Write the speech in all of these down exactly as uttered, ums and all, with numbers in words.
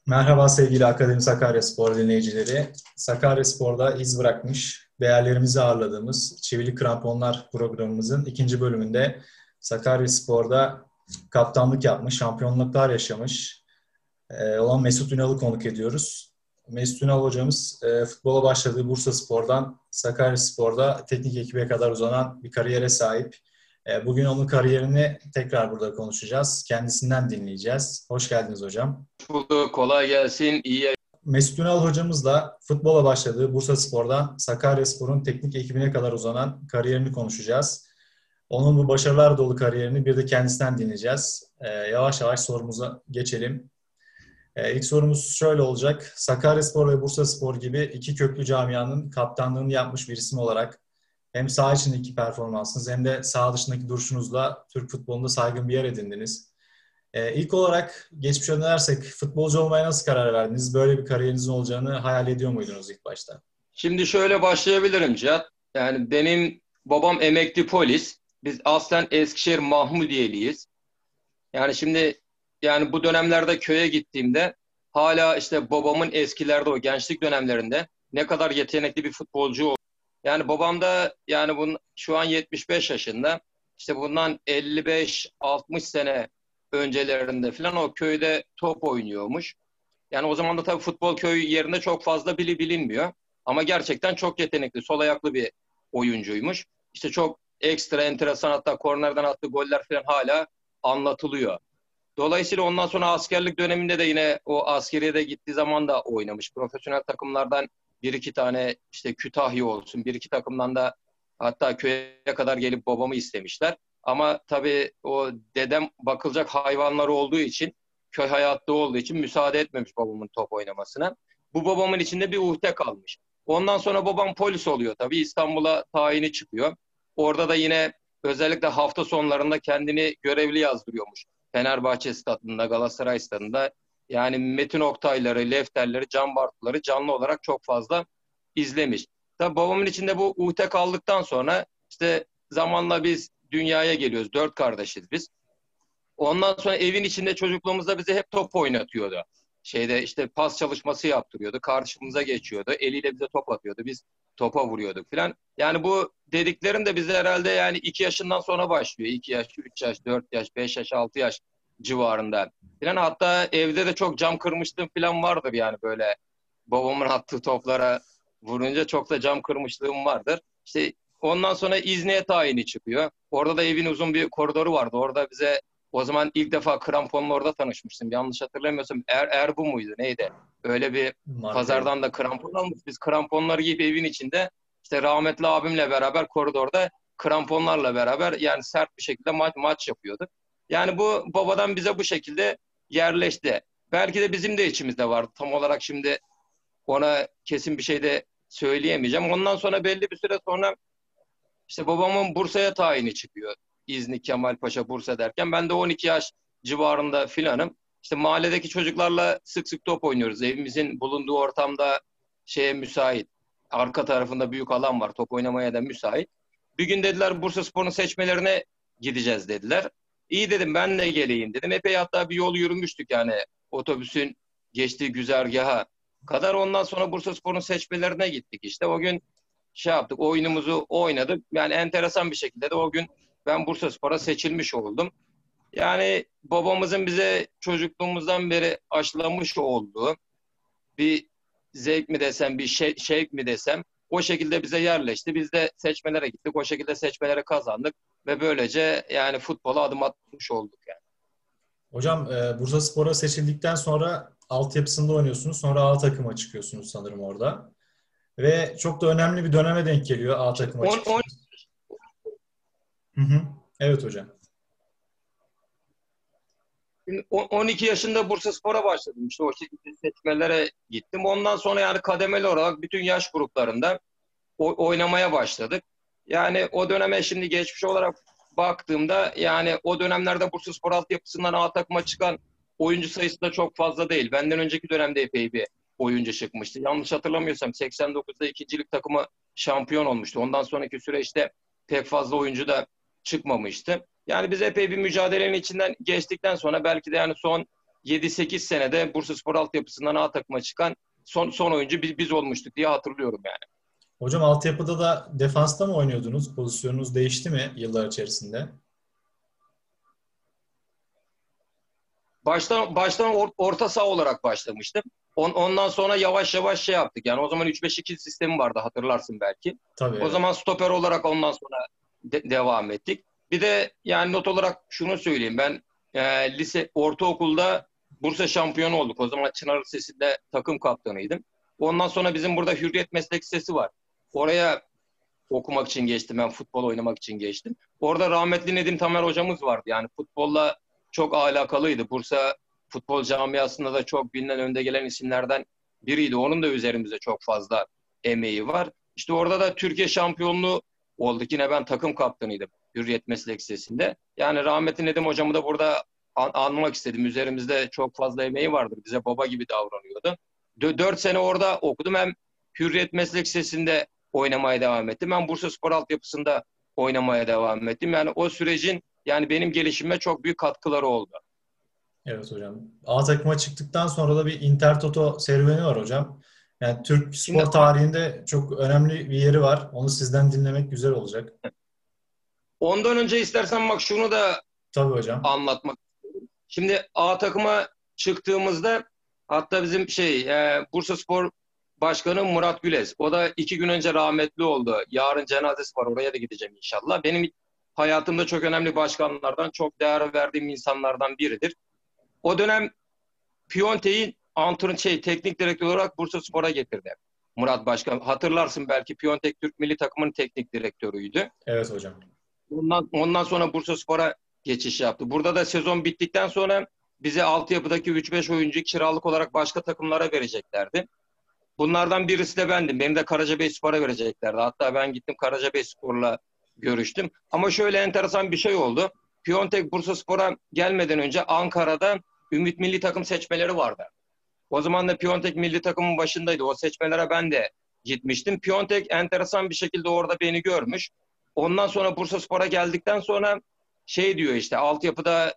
Merhaba sevgili Akademi Sakaryaspor dinleyicileri. Sakaryaspor'da iz bırakmış, değerlerimizi ağırladığımız Çivili Kramponlar programımızın ikinci bölümünde Sakaryaspor'da kaptanlık yapmış, şampiyonluklar yaşamış e, olan Mesut Ünal'ı konuk ediyoruz. Mesut Ünal hocamız e, futbola başladığı Bursaspor'dan Sakaryaspor'da teknik ekibe kadar uzanan bir kariyere sahip. E, bugün onun kariyerini tekrar burada konuşacağız. Kendisinden dinleyeceğiz. Hoş geldiniz hocam. Bulduk. Kolay gelsin. İyi yayın. Mesut Ünal hocamızla futbola başladığı Bursaspor'dan Sakaryaspor'un teknik ekibine kadar uzanan kariyerini konuşacağız. Onun bu başarılar dolu kariyerini bir de kendisinden dinleyeceğiz. Ee, yavaş yavaş sorumuza geçelim. Ee, ilk sorumuz şöyle olacak. Sakaryaspor ve Bursaspor gibi iki köklü camianın kaptanlığını yapmış bir isim olarak hem saha içindeki performansınız hem de saha dışındaki duruşunuzla Türk futbolunda saygın bir yer edindiniz. Ee, ilk olarak geçmişe dönersek futbolcu olmaya nasıl karar verdiniz? Böyle bir kariyerinizin olacağını hayal ediyor muydunuz ilk başta? Şimdi şöyle başlayabilirim Cihat. Yani benim babam emekli polis. Biz aslen Eskişehir Mahmudiyeliyiz. Yani şimdi yani bu dönemlerde köye gittiğimde hala işte babamın eskilerde o gençlik dönemlerinde ne kadar yetenekli bir futbolcu oldu. Yani babam da yani bunun, şu an yetmiş beş yaşında. İşte bundan elli beş altmış sene öncelerinde falan o köyde top oynuyormuş. Yani o zaman da tabii futbol köyü yerinde çok fazla bili bilinmiyor. Ama gerçekten çok yetenekli, sol ayaklı bir oyuncuymuş. İşte çok ekstra enteresan, hatta kornerden attığı goller falan hala anlatılıyor. Dolayısıyla ondan sonra askerlik döneminde de yine o askeriye de gittiği zaman da oynamış. Profesyonel takımlardan bir iki tane işte Kütahya olsun, bir iki takımdan da hatta köye kadar gelip babamı istemişler. Ama tabii o dedem bakılacak hayvanları olduğu için, köy hayatta olduğu için müsaade etmemiş babamın top oynamasına. Bu babamın içinde bir uhde kalmış. Ondan sonra babam polis oluyor tabii. İstanbul'a tayini çıkıyor. Orada da yine özellikle hafta sonlarında kendini görevli yazdırıyormuş. Fenerbahçe stadında, Galatasaray stadında. Yani Metin Oktay'ları, Lefter'leri, Can Bartu'ları canlı olarak çok fazla izlemiş. Tabii babamın içinde bu uhde kaldıktan sonra işte zamanla biz dünyaya geliyoruz. Dört kardeşiz biz. Ondan sonra evin içinde çocukluğumuzda bize hep top oynatıyordu. Şeyde işte pas çalışması yaptırıyordu. Karşımıza geçiyordu. Eliyle bize top atıyordu. Biz topa vuruyorduk falan. Yani bu dediklerim de bize herhalde yani iki yaşından sonra başlıyor. iki yaş, üç yaş, dört yaş, beş yaş, altı yaş civarında. Falan hatta evde de çok cam kırmışlığım falan vardır yani böyle babamın attığı toplara vurunca çok da cam kırmışlığım vardır. İşte ondan sonra İzni'ye tayini çıkıyor. Orada da evin uzun bir koridoru vardı. Orada bize o zaman ilk defa kramponla orada tanışmıştım. Yanlış hatırlamıyorsam Er, Erbu muydu neydi? Öyle bir Markayı. pazardan da krampon almış. Biz kramponları giyip evin içinde işte rahmetli abimle beraber koridorda kramponlarla beraber yani sert bir şekilde maç, maç yapıyorduk. Yani bu babadan bize bu şekilde yerleşti. Belki de bizim de içimizde vardı. Tam olarak şimdi ona kesin bir şey de söyleyemeyeceğim. Ondan sonra belli bir süre sonra işte babamın Bursa'ya tayini çıkıyor. İzni Kemalpaşa Bursa derken ben de on iki yaş civarında filanım. İşte mahalledeki çocuklarla sık sık top oynuyoruz. Evimizin bulunduğu ortamda şeye müsait. Arka tarafında büyük alan var. Top oynamaya da müsait. Bir gün dediler Bursaspor'un seçmelerine gideceğiz dediler. İyi dedim ben de geleyim dedim. Epey hatta bir yol yürümüştük yani otobüsün geçtiği güzergaha kadar. Ondan sonra Bursaspor'un seçmelerine gittik işte. O gün şey yaptık, oyunumuzu oynadık. Yani enteresan bir şekilde de o gün ben Bursaspor'a seçilmiş oldum. Yani babamızın bize çocukluğumuzdan beri aşılamış olduğu bir zevk mi desem, bir şey, şevk mi desem o şekilde bize yerleşti. Biz de seçmelere gittik. O şekilde seçmeleri kazandık ve böylece yani futbola adım atmış olduk yani. Hocam e, Bursaspor'a seçildikten sonra altyapısında oynuyorsunuz. Sonra A takıma çıkıyorsunuz sanırım orada. Ve çok da önemli bir döneme denk geliyor A İşte takıma on, on, çıkışınız. Hı hı. Evet hocam. on iki yaşında Bursaspor'a başladım. İşte o şekilde seçmelere gittim. Ondan sonra yani kademeli olarak bütün yaş gruplarında oynamaya başladık. Yani o döneme şimdi geçmiş olarak baktığımda yani o dönemlerde Bursaspor altyapısından A takıma çıkan oyuncu sayısı da çok fazla değil. Benden önceki dönemde epey bir oyuncu çıkmıştı. Yanlış hatırlamıyorsam seksen dokuzda ikincilik takımı şampiyon olmuştu. Ondan sonraki süreçte pek fazla oyuncu da çıkmamıştı. Yani biz epey bir mücadelenin içinden geçtikten sonra belki de yani son yedi sekiz senede Bursaspor altyapısından A takıma çıkan son son oyuncu biz, biz olmuştuk diye hatırlıyorum yani. Hocam altyapıda da defansta mı oynuyordunuz? Pozisyonunuz değişti mi yıllar içerisinde? Baştan baştan or, orta saha olarak başlamıştım. On, ondan sonra yavaş yavaş şey yaptık. Yani o zaman üç beş iki sistemi vardı, hatırlarsın belki. Tabii, O evet. zaman stoper olarak ondan sonra de, devam ettik. Bir de yani not olarak şunu söyleyeyim. Ben e, lise, ortaokulda Bursa şampiyonu olduk. O zaman Çınar Lisesi'nde takım kaptanıydım. Ondan sonra bizim burada Hürriyet Meslek Lisesi var. Oraya okumak için geçtim. Ben futbol oynamak için geçtim. Orada rahmetli Nedim Tamer hocamız vardı. Yani futbolla çok alakalıydı. Bursa futbol camiasında da çok bilinen, önde gelen isimlerden biriydi. Onun da üzerimizde çok fazla emeği var. İşte orada da Türkiye şampiyonluğu olduk. Yine ben takım kaptanıydım Hürriyet Meslek Lisesi'nde. Yani rahmetli Nedim hocamı da burada an- anmak istedim. Üzerimizde çok fazla emeği vardır. Bize baba gibi davranıyordu. Dört sene orada okudum. Hem Hürriyet Meslek Lisesi'nde oynamaya devam ettim. Ben Bursaspor altyapısında oynamaya devam ettim. Yani o sürecin yani benim gelişime çok büyük katkıları oldu. Evet hocam. A takıma çıktıktan sonra da bir Intertoto serüveni var hocam. Yani Türk Şimdi spor tarihinde çok önemli bir yeri var. Onu sizden dinlemek güzel olacak. ondan önce istersen bak şunu da Tabii hocam. anlatmak. Şimdi A takıma çıktığımızda hatta bizim şey e, Bursaspor Başkanı Murat Gülez. O da iki gün önce rahmetli oldu. Yarın cenazesi var. Oraya da gideceğim inşallah. Benim hayatımda çok önemli başkanlardan, çok değer verdiğim insanlardan biridir. O dönem Piontek'i antrenör şey teknik direktör olarak Bursaspor'a getirdi. Murat Başkan. Hatırlarsın belki, Piontek Türk milli takımının teknik direktörüydü. Evet hocam. Ondan, ondan sonra Bursaspor'a geçiş yaptı. Burada da sezon bittikten sonra bize altyapıdaki üç beş oyuncu kiralık olarak başka takımlara vereceklerdi. Bunlardan birisi de bendim. Beni de Karacabeyspor'a vereceklerdi. Hatta ben gittim Karacabeyspor'la görüştüm. Ama şöyle enteresan bir şey oldu. Piontek Bursaspor'a gelmeden önce Ankara'da Ümit Milli Takım seçmeleri vardı. O zaman da Piontek milli takımın başındaydı. O seçmelere ben de gitmiştim. Piontek enteresan bir şekilde orada beni görmüş. Ondan sonra Bursaspor'a geldikten sonra şey diyor, işte altyapıda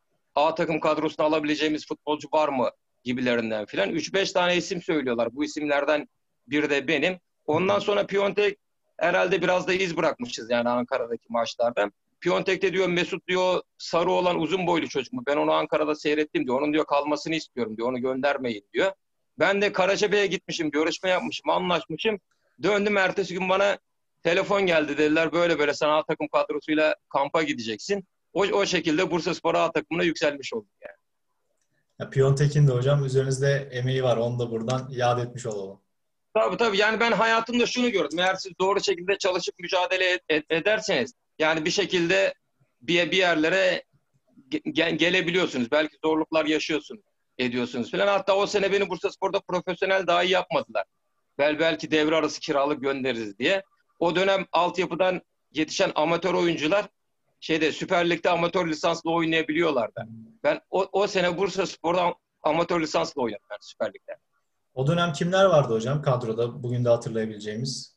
A takım kadrosuna alabileceğimiz futbolcu var mı gibilerinden filan. üç beş tane isim söylüyorlar. Bu isimlerden biri de benim. Hı Ondan hı. sonra Piontek herhalde biraz da iz bırakmışız yani Ankara'daki maçlarda. Piontek diyor Mesut diyor sarı olan uzun boylu çocuk mu? Ben onu Ankara'da seyrettim diyor. Onun diyor kalmasını istiyorum diyor. Onu göndermeyin diyor. Ben de Karacabey'e gitmişim. Görüşme yapmışım. Anlaşmışım. Döndüm ertesi gün bana telefon geldi. Dediler böyle böyle sen A takım kadrosuyla kampa gideceksin. O, o şekilde Bursaspor A takımına yükselmiş olduk yani. Ya, Piontek'in de hocam üzerinizde emeği var. Onu da buradan yad etmiş olalım. Tabii tabii, yani ben hayatımda şunu gördüm. Eğer siz doğru şekilde çalışıp mücadele ed- ed- ederseniz yani bir şekilde bir, bir yerlere ge- gelebiliyorsunuz. Belki zorluklar yaşıyorsunuz, ediyorsunuz falan. Hatta o sene beni Bursaspor'da profesyonel dahi yapmadılar. Bel belki devre arası kiralık göndeririz diye. O dönem altyapıdan yetişen amatör oyuncular şeyde Süper Lig'de amatör lisanslı oynayabiliyorlardı. Ben o, o sene Bursaspor'da amatör lisanslı oynadım ben Süper Lig'de. O dönem kimler vardı hocam kadroda bugün de hatırlayabileceğimiz?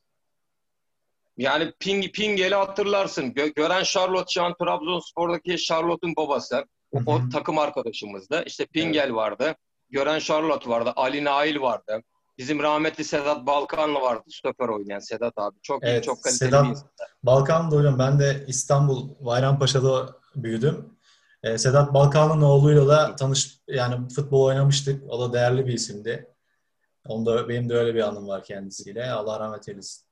Yani Ping, Pingel'i hatırlarsın. Gö Gören Charlotte şu an Trabzonspor'daki Charlotte'un babası. Hı O, o hı. takım arkadaşımızdı. İşte Evet. Pingel vardı. Gören Charlotte vardı. Ali Nail vardı. Bizim rahmetli Sedat Balkanlı vardı. Stoper oynayan Sedat abi. Çok iyi, Evet. çok kaliteli bir Sedat insan. Balkanlı hocam. Ben de İstanbul Bayrampaşa'da büyüdüm. Ee, Sedat Balkanlı'nın oğluyla da tanış yani futbol oynamıştık. O da değerli bir isimdi. Onda benim de öyle bir anım var kendisiyle. Allah rahmet eylesin.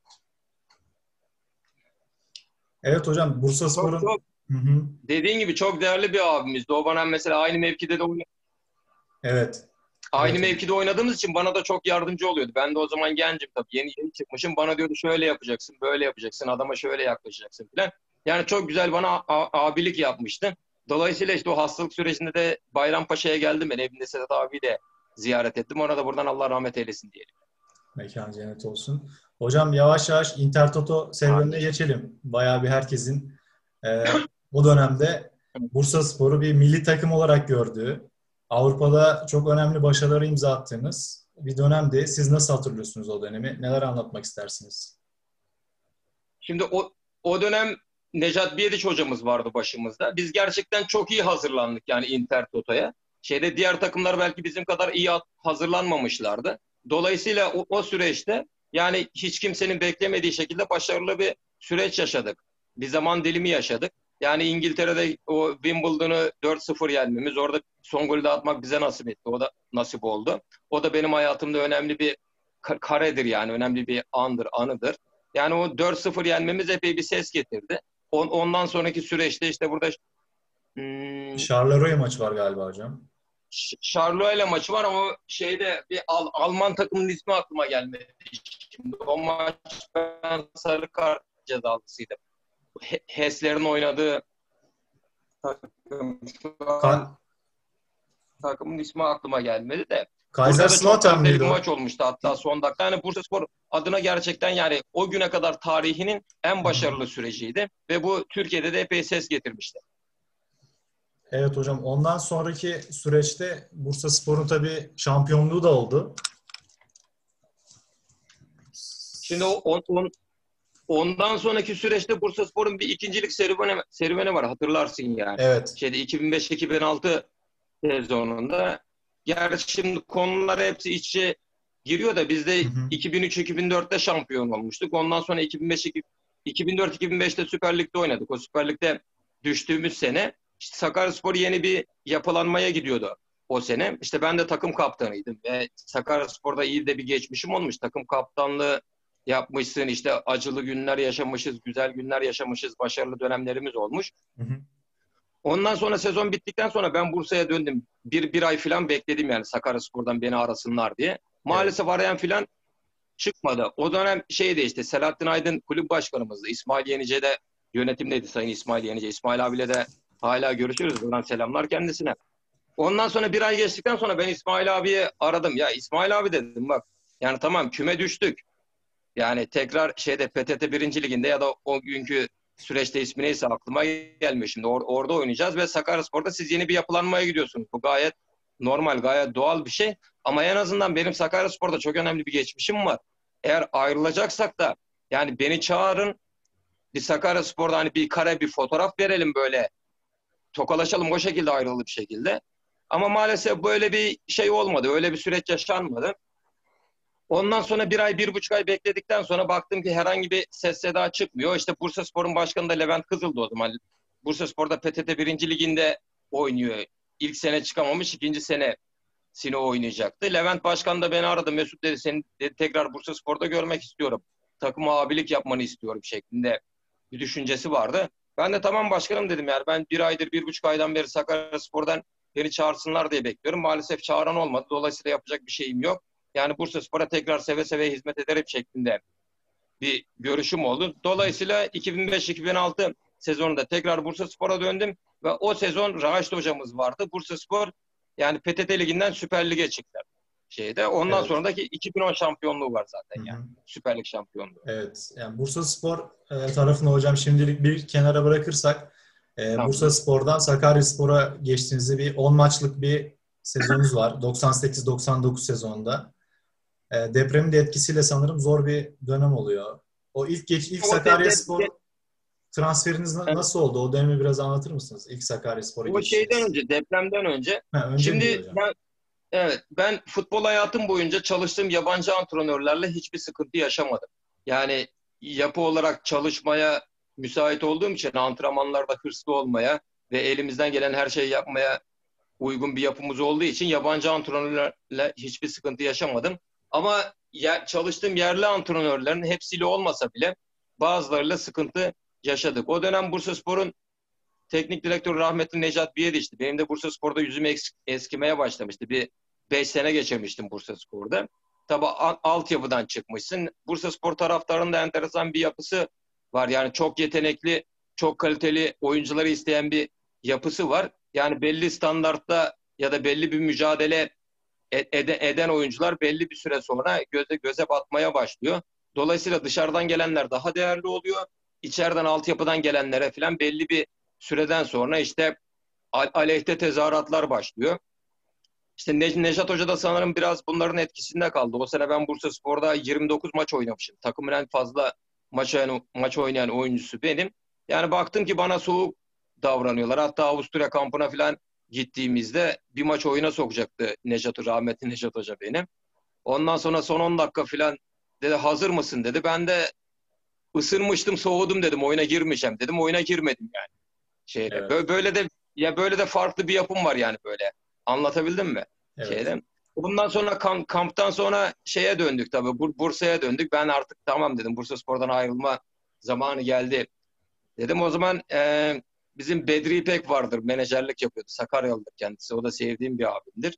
Evet hocam Çok Bursaspor'un. çok Hı hı. dediğin gibi çok değerli bir abimizdi. O bana mesela aynı mevkide de oynadı. Evet. Aynı Evet hocam. mevkide oynadığımız için bana da çok yardımcı oluyordu. Ben de o zaman gencim tabii. Yeni yeni çıkmışım. Bana diyordu şöyle yapacaksın, böyle yapacaksın, adama şöyle yaklaşacaksın falan. Yani çok güzel bana a- abilik yapmıştı. Dolayısıyla işte o hastalık sürecinde de Bayrampaşa'ya geldim ben. Evinde Sedat abi de ziyaret ettim. Ona da buradan Allah rahmet eylesin diyelim. Mekan cennet olsun. Hocam yavaş yavaş Intertoto serüvenine Amin. geçelim. Bayağı bir herkesin e, o dönemde Bursaspor'u bir milli takım olarak gördüğü, Avrupa'da çok önemli başarıları imza attığınız bir dönemdi. Siz nasıl hatırlıyorsunuz o dönemi? Neler anlatmak istersiniz? Şimdi o, o dönem Necat Biediç hocamız vardı başımızda. Biz gerçekten çok iyi hazırlandık yani Inter Toto'ya. şeyde diğer takımlar belki bizim kadar iyi hazırlanmamışlardı. Dolayısıyla o, o süreçte yani hiç kimsenin beklemediği şekilde başarılı bir süreç yaşadık. Bir zaman dilimi yaşadık. Yani İngiltere'de o Wimbledon'u dört sıfır yenmemiz, orada son golü de atmak bize nasip etti. O da nasip oldu. O da benim hayatımda önemli bir karedir yani. Önemli bir andır, anıdır. Yani o dört sıfır yenmemiz epey bir ses getirdi. On, ondan sonraki süreçte işte burada hmm, Charleroi maçı var galiba hocam. Charleroi maçı var ama şeyde bir Al Alman takımının ismi aklıma gelmedi. Şimdi o maç ben sarı kart cezalısıydı. Hesler'in oynadığı takım. Ka Takımın ismi aklıma gelmedi de. Burada da çok Kaiserslautern kaliteli bir mıydı maç o? olmuştu hatta son dakika. Yani Bursaspor adına gerçekten yani o güne kadar tarihinin en Hı hı. başarılı süreciydi. Ve bu Türkiye'de de epey ses getirmişti. Evet hocam. Ondan sonraki süreçte Bursaspor'un tabii şampiyonluğu da oldu. Şimdi o, on, on, ondan sonraki süreçte Bursaspor'un bir ikincilik serüveni, serüveni var hatırlarsın yani. Evet. Şeyde iki bin beş iki bin altı sezonunda. Gerçi şimdi konular hepsi iç içe giriyor da biz de Hı hı. iki bin üç iki bin dörtte şampiyon olmuştuk. Ondan sonra iki bin beş iki bin dört iki bin beşte Süper Lig'de oynadık. O Süper Lig'de düştüğümüz sene işte Sakaryaspor yeni bir yapılanmaya gidiyordu o sene. İşte ben de takım kaptanıydım ve Sakaryaspor'da iyi de bir geçmişim olmuş. Takım kaptanlığı yapmışsın, işte acılı günler yaşamışız, güzel günler yaşamışız, başarılı dönemlerimiz olmuş. Hı hı. Ondan sonra sezon bittikten sonra ben Bursa'ya döndüm. Bir, bir ay falan bekledim yani Sakaryaspor'dan beni arasınlar diye. Evet. Maalesef arayan falan çıkmadı. O dönem şeydi işte Selahattin Aydın kulüp başkanımızdı. İsmail Yenice de yönetimdeydi, Sayın İsmail Yenice. İsmail abiyle de hala görüşürüz. Buradan selamlar kendisine. Ondan sonra bir ay geçtikten sonra ben İsmail abiyi aradım. Ya İsmail abi dedim bak yani tamam küme düştük. Yani tekrar şeyde P T T birinci Liginde ya da o günkü süreçte ismi neyse aklıma gelmiyor şimdi. Or orada oynayacağız ve Sakaryaspor'da siz yeni bir yapılanmaya gidiyorsunuz. Bu gayet normal, gayet doğal bir şey. Ama en azından benim Sakaryaspor'da çok önemli bir geçmişim var. Eğer ayrılacaksak da yani beni çağırın, bir Sakaryaspor'da hani bir kare bir fotoğraf verelim böyle. Tokalaşalım o şekilde ayrılıp bir şekilde. Ama maalesef böyle bir şey olmadı. Öyle bir süreç yaşanmadı. Ondan sonra bir ay, bir buçuk ay bekledikten sonra baktım ki herhangi bir ses seda çıkmıyor. İşte Bursaspor'un başkanı da Levent Kızıl'dı o zaman. Bursaspor'da P T T birinci Liginde oynuyor. İlk sene çıkamamış, ikinci senesini oynayacaktı. Levent Başkan da beni aradı. Mesut dedi, seni dedi, tekrar Bursaspor'da görmek istiyorum. Takıma abilik yapmanı istiyorum şeklinde bir düşüncesi vardı. Ben de tamam başkanım dedim yani ben bir aydır, bir buçuk aydan beri Sakaryaspor'dan beni çağırsınlar diye bekliyorum. Maalesef çağıran olmadı. Dolayısıyla yapacak bir şeyim yok. Yani Bursaspor'a tekrar seve seve hizmet ederim şeklinde bir görüşüm oldu. Dolayısıyla iki bin beş iki bin altı sezonunda tekrar Bursaspor'a döndüm ve o sezon Raşit hocamız vardı. Bursaspor yani P T T Ligi'nden Süper Lig'e çıktı. Şeyde. Ondan Evet. sonraki iki bin on şampiyonluğu var Hı zaten yani. hı. Süper Lig şampiyonluğu. Evet. Yani Bursaspor e, tarafını hocam şimdilik bir kenara bırakırsak e, Tamam. Bursaspor'dan Sakaryaspor'a geçtiğinizde bir on maçlık bir sezonunuz var. doksan sekiz doksan dokuz sezonunda. E, depremin de etkisiyle sanırım zor bir dönem oluyor. O ilk geç ilk O, de, de, Sakaryaspor de, transferiniz na- nasıl oldu? O dönemi biraz anlatır mısınız? İlk Sakaryaspor'a o şeyden geçişiniz. önce, depremden önce. Ha, önce miydi Şimdi hocam? ben evet, ben futbol hayatım boyunca çalıştığım yabancı antrenörlerle hiçbir sıkıntı yaşamadım. Yani yapı olarak çalışmaya müsait olduğum için antrenmanlarda hırslı olmaya ve elimizden gelen her şeyi yapmaya uygun bir yapımız olduğu için yabancı antrenörlerle hiçbir sıkıntı yaşamadım. Ama ya, çalıştığım yerli antrenörlerin hepsiyle olmasa bile bazılarıyla sıkıntı yaşadık. O dönem Bursaspor'un teknik direktörü rahmetli Necat Biyediç'ti. Benim de Bursaspor'da yüzüm es- eskimeye başlamıştı. Bir beş sene geçirmiştim Bursaspor'da. Tabii altyapıdan çıkmışsın. Bursaspor taraftarının da enteresan bir yapısı var. Yani çok yetenekli, çok kaliteli oyuncuları isteyen bir yapısı var. Yani belli standartta ya da belli bir mücadele ed- eden oyuncular belli bir süre sonra göze göze batmaya başlıyor. Dolayısıyla dışarıdan gelenler daha değerli oluyor. İçeriden altyapıdan gelenlere falan belli bir süreden sonra işte aleyhte tezahüratlar başlıyor. İşte Ne- Nejat Hoca da sanırım biraz bunların etkisinde kaldı. O sene ben Bursaspor'da yirmi dokuz maç oynamışım. Takımın en fazla maç oynayan, maç oynayan oyuncusu benim. Yani baktım ki bana soğuk davranıyorlar. Hatta Avusturya kampına falan gittiğimizde bir maç oyuna sokacaktı Nejat, rahmetli Nejat Hoca benim. Ondan sonra son on dakika falan dedi, hazır mısın dedi. Ben de ısınmıştım, soğudum dedim. Oyuna girmeyeceğim dedim. Oyuna girmedim yani. Şeyde. Evet. Böyle, böyle de ya böyle de farklı bir yapım var yani böyle. Anlatabildim mi? Evet. Şeyde. Bundan sonra kamp, kamptan sonra şeye döndük tabii. Bur Bursa'ya döndük. Ben artık tamam dedim. Bursaspor'dan ayrılma zamanı geldi. Dedim o zaman e, bizim Bedri İpek vardır. Menajerlik yapıyordu. Sakaryalıdır kendisi. O da sevdiğim bir abimdir.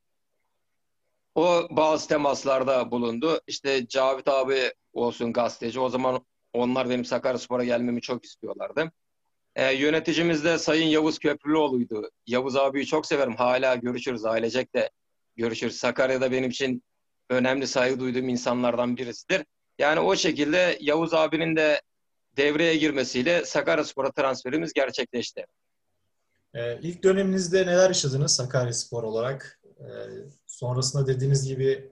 O bazı temaslarda bulundu. İşte Cavit abi olsun, gazeteci. O zaman onlar benim Sakaryaspor'a gelmemi çok istiyorlardı. E, yöneticimiz de Sayın Yavuz Köprülüoğlu'ydu. Yavuz abiyi çok severim. Hala görüşürüz. Ailecek de görüşürüz. Sakarya'da benim için önemli, saygı duyduğum insanlardan birisidir. Yani o şekilde Yavuz abinin de devreye girmesiyle Sakaryaspor'a transferimiz gerçekleşti. Ee, ilk döneminizde neler yaşadınız Sakaryaspor olarak? Ee, sonrasında dediğiniz gibi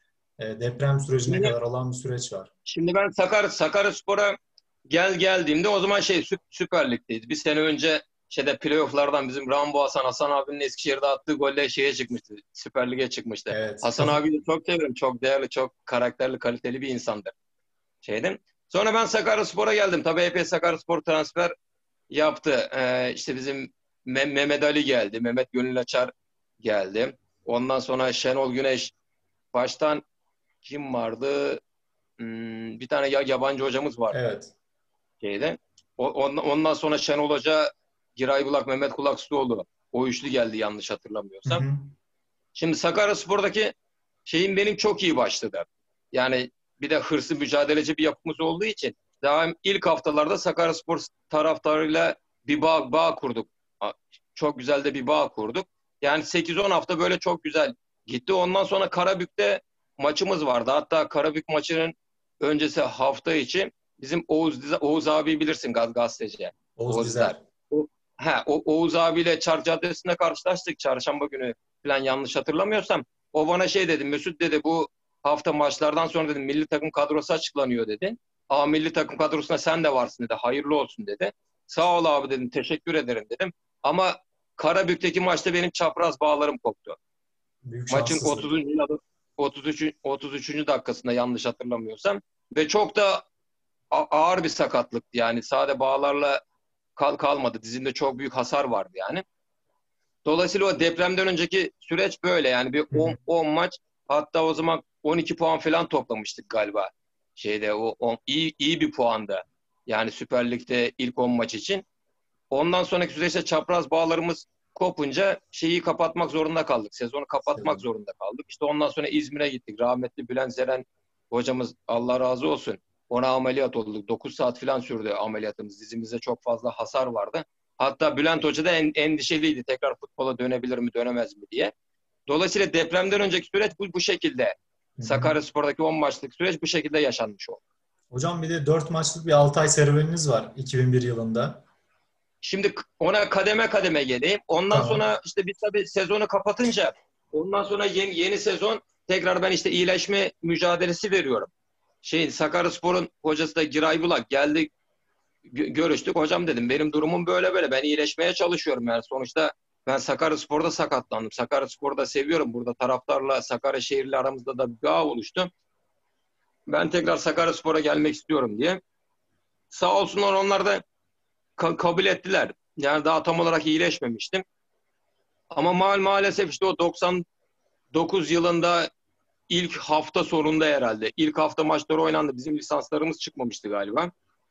e, deprem sürecine Şimdi, kadar olan bir süreç var. şimdi ben Sakar, Sakaryaspor'a gel geldiğimde o zaman şey Sü- Süper Lig'deydi. Bir sene önce şeyde playoff'lardan bizim Rambo Hasan, Hasan abinin Eskişehir'de attığı golle şeye çıkmıştı. Süper Lig'e çıkmıştı. Evet. Hasan abi de çok severim. Çok değerli, çok karakterli, kaliteli bir insandır. Şeydim. Sonra ben Sakaryaspor'a geldim. Tabii epey Sakaryaspor transfer yaptı. Ee, işte bizim Me- Mehmet Ali geldi. Mehmet Gönül Açar geldi. Ondan sonra Şenol Güneş. Baştan kim vardı? Hmm, bir tane ya yabancı hocamız vardı Evet. şeyde. O, on- ondan sonra Şenol Hoca, Giray Bulak, Mehmet Kulaksuoğlu. O üçlü geldi yanlış Hı hatırlamıyorsam. hı. Şimdi Sakaryaspor'daki şeyim benim çok iyi başladı. Yani bir de hırslı, mücadeleci bir yapımız olduğu için daha ilk haftalarda Sakaryaspor taraftarıyla bir bağ, bağ kurduk. Çok güzel de bir bağ kurduk. Yani sekiz on hafta böyle çok güzel gitti. Ondan sonra Karabük'te maçımız vardı. Hatta Karabük maçının öncesi hafta içi bizim Oğuz, Oğuz abi bilirsin, gaz gazeteci. Oğuz Oğuz Dizer. Dizer. O, he, o, Oğuz abiyle Çark Caddesi'nde karşılaştık çarşamba günü falan, yanlış hatırlamıyorsam. O bana şey dedi, Mesut dedi, bu hafta maçlardan sonra dedim milli takım kadrosu açıklanıyor dedi. A milli takım kadrosuna sen de varsın dedi. Hayırlı olsun dedi. Sağ ol abi dedim. Teşekkür ederim dedim. Ama Karabük'teki maçta benim çapraz bağlarım koptu. Büyük Maçın şanslısınız. otuzuncu ya da otuz üçüncü otuz üçüncü dakikasında yanlış hatırlamıyorsam ve çok da ağır bir sakatlıktı. Yani sade bağlarla kal kalmadı. Dizinde çok büyük hasar vardı yani. Dolayısıyla o depremden önceki süreç böyle yani bir Hı hı. on maç, hatta o zaman on iki puan falan toplamıştık galiba. Şeyde o on, iyi iyi bir puanda. Yani Süper Lig'de ilk on maç için. Ondan sonraki süreçte çapraz bağlarımız kopunca şeyi kapatmak zorunda kaldık. Sezonu kapatmak Sezon. zorunda kaldık. İşte ondan sonra İzmir'e gittik. Rahmetli Bülent Zeren hocamız, Allah razı olsun. Ona ameliyat olduk. dokuz saat falan sürdü ameliyatımız. Dizimizde çok fazla hasar vardı. Hatta Bülent Hoca da en, endişeliydi. Tekrar futbola dönebilir mi, dönemez mi diye. Dolayısıyla depremden önceki süreç bu, bu şekilde. Hı hı. Sakaryaspor'daki on maçlık süreç bu şekilde yaşanmış oldu. Hocam bir de dört maçlık bir altı ay serüveniniz var iki bin bir yılında. Şimdi ona kademe kademe geleyim. Ondan Tamam. sonra işte biz tabii sezonu kapatınca ondan sonra yeni, yeni sezon tekrar ben işte iyileşme mücadelesi veriyorum. Şey Sakaryaspor'un hocası da Giray Bulak geldi, gö- görüştük. Hocam dedim benim durumum böyle böyle. Ben iyileşmeye çalışıyorum yani. Sonuçta ben Sakaryaspor'da sakatlandım. Sakaryaspor'da seviyorum. Burada taraftarla Sakarya şehirli aramızda da bir bağ oluştu. Ben tekrar Sakaryaspor'a gelmek istiyorum diye. Sağ olsunlar, onlar da ka- kabul ettiler. Yani daha tam olarak iyileşmemiştim. Ama mal maalesef işte o doksan dokuz yılında ilk hafta sonunda herhalde. İlk hafta maçları oynandı. Bizim lisanslarımız çıkmamıştı galiba.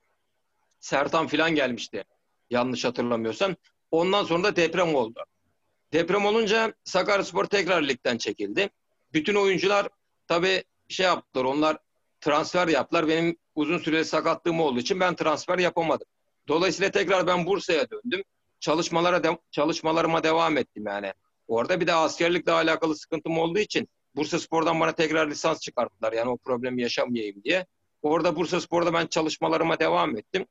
Sertan filan gelmişti. Yanlış hatırlamıyorsam. Ondan sonra da deprem oldu. Deprem olunca Sakaryaspor tekrar ligden çekildi. Bütün oyuncular tabii şey yaptılar. Onlar transfer yaptılar. Benim uzun süreli sakatlığım olduğu için ben transfer yapamadım. Dolayısıyla tekrar ben Bursa'ya döndüm. Çalışmalara de, çalışmalarıma devam ettim yani. Orada bir de askerlikle alakalı sıkıntım olduğu için Bursaspor'dan bana tekrar lisans çıkarttılar. Yani o problemi yaşamayayım diye. Orada Bursaspor'da ben çalışmalarıma devam ettim.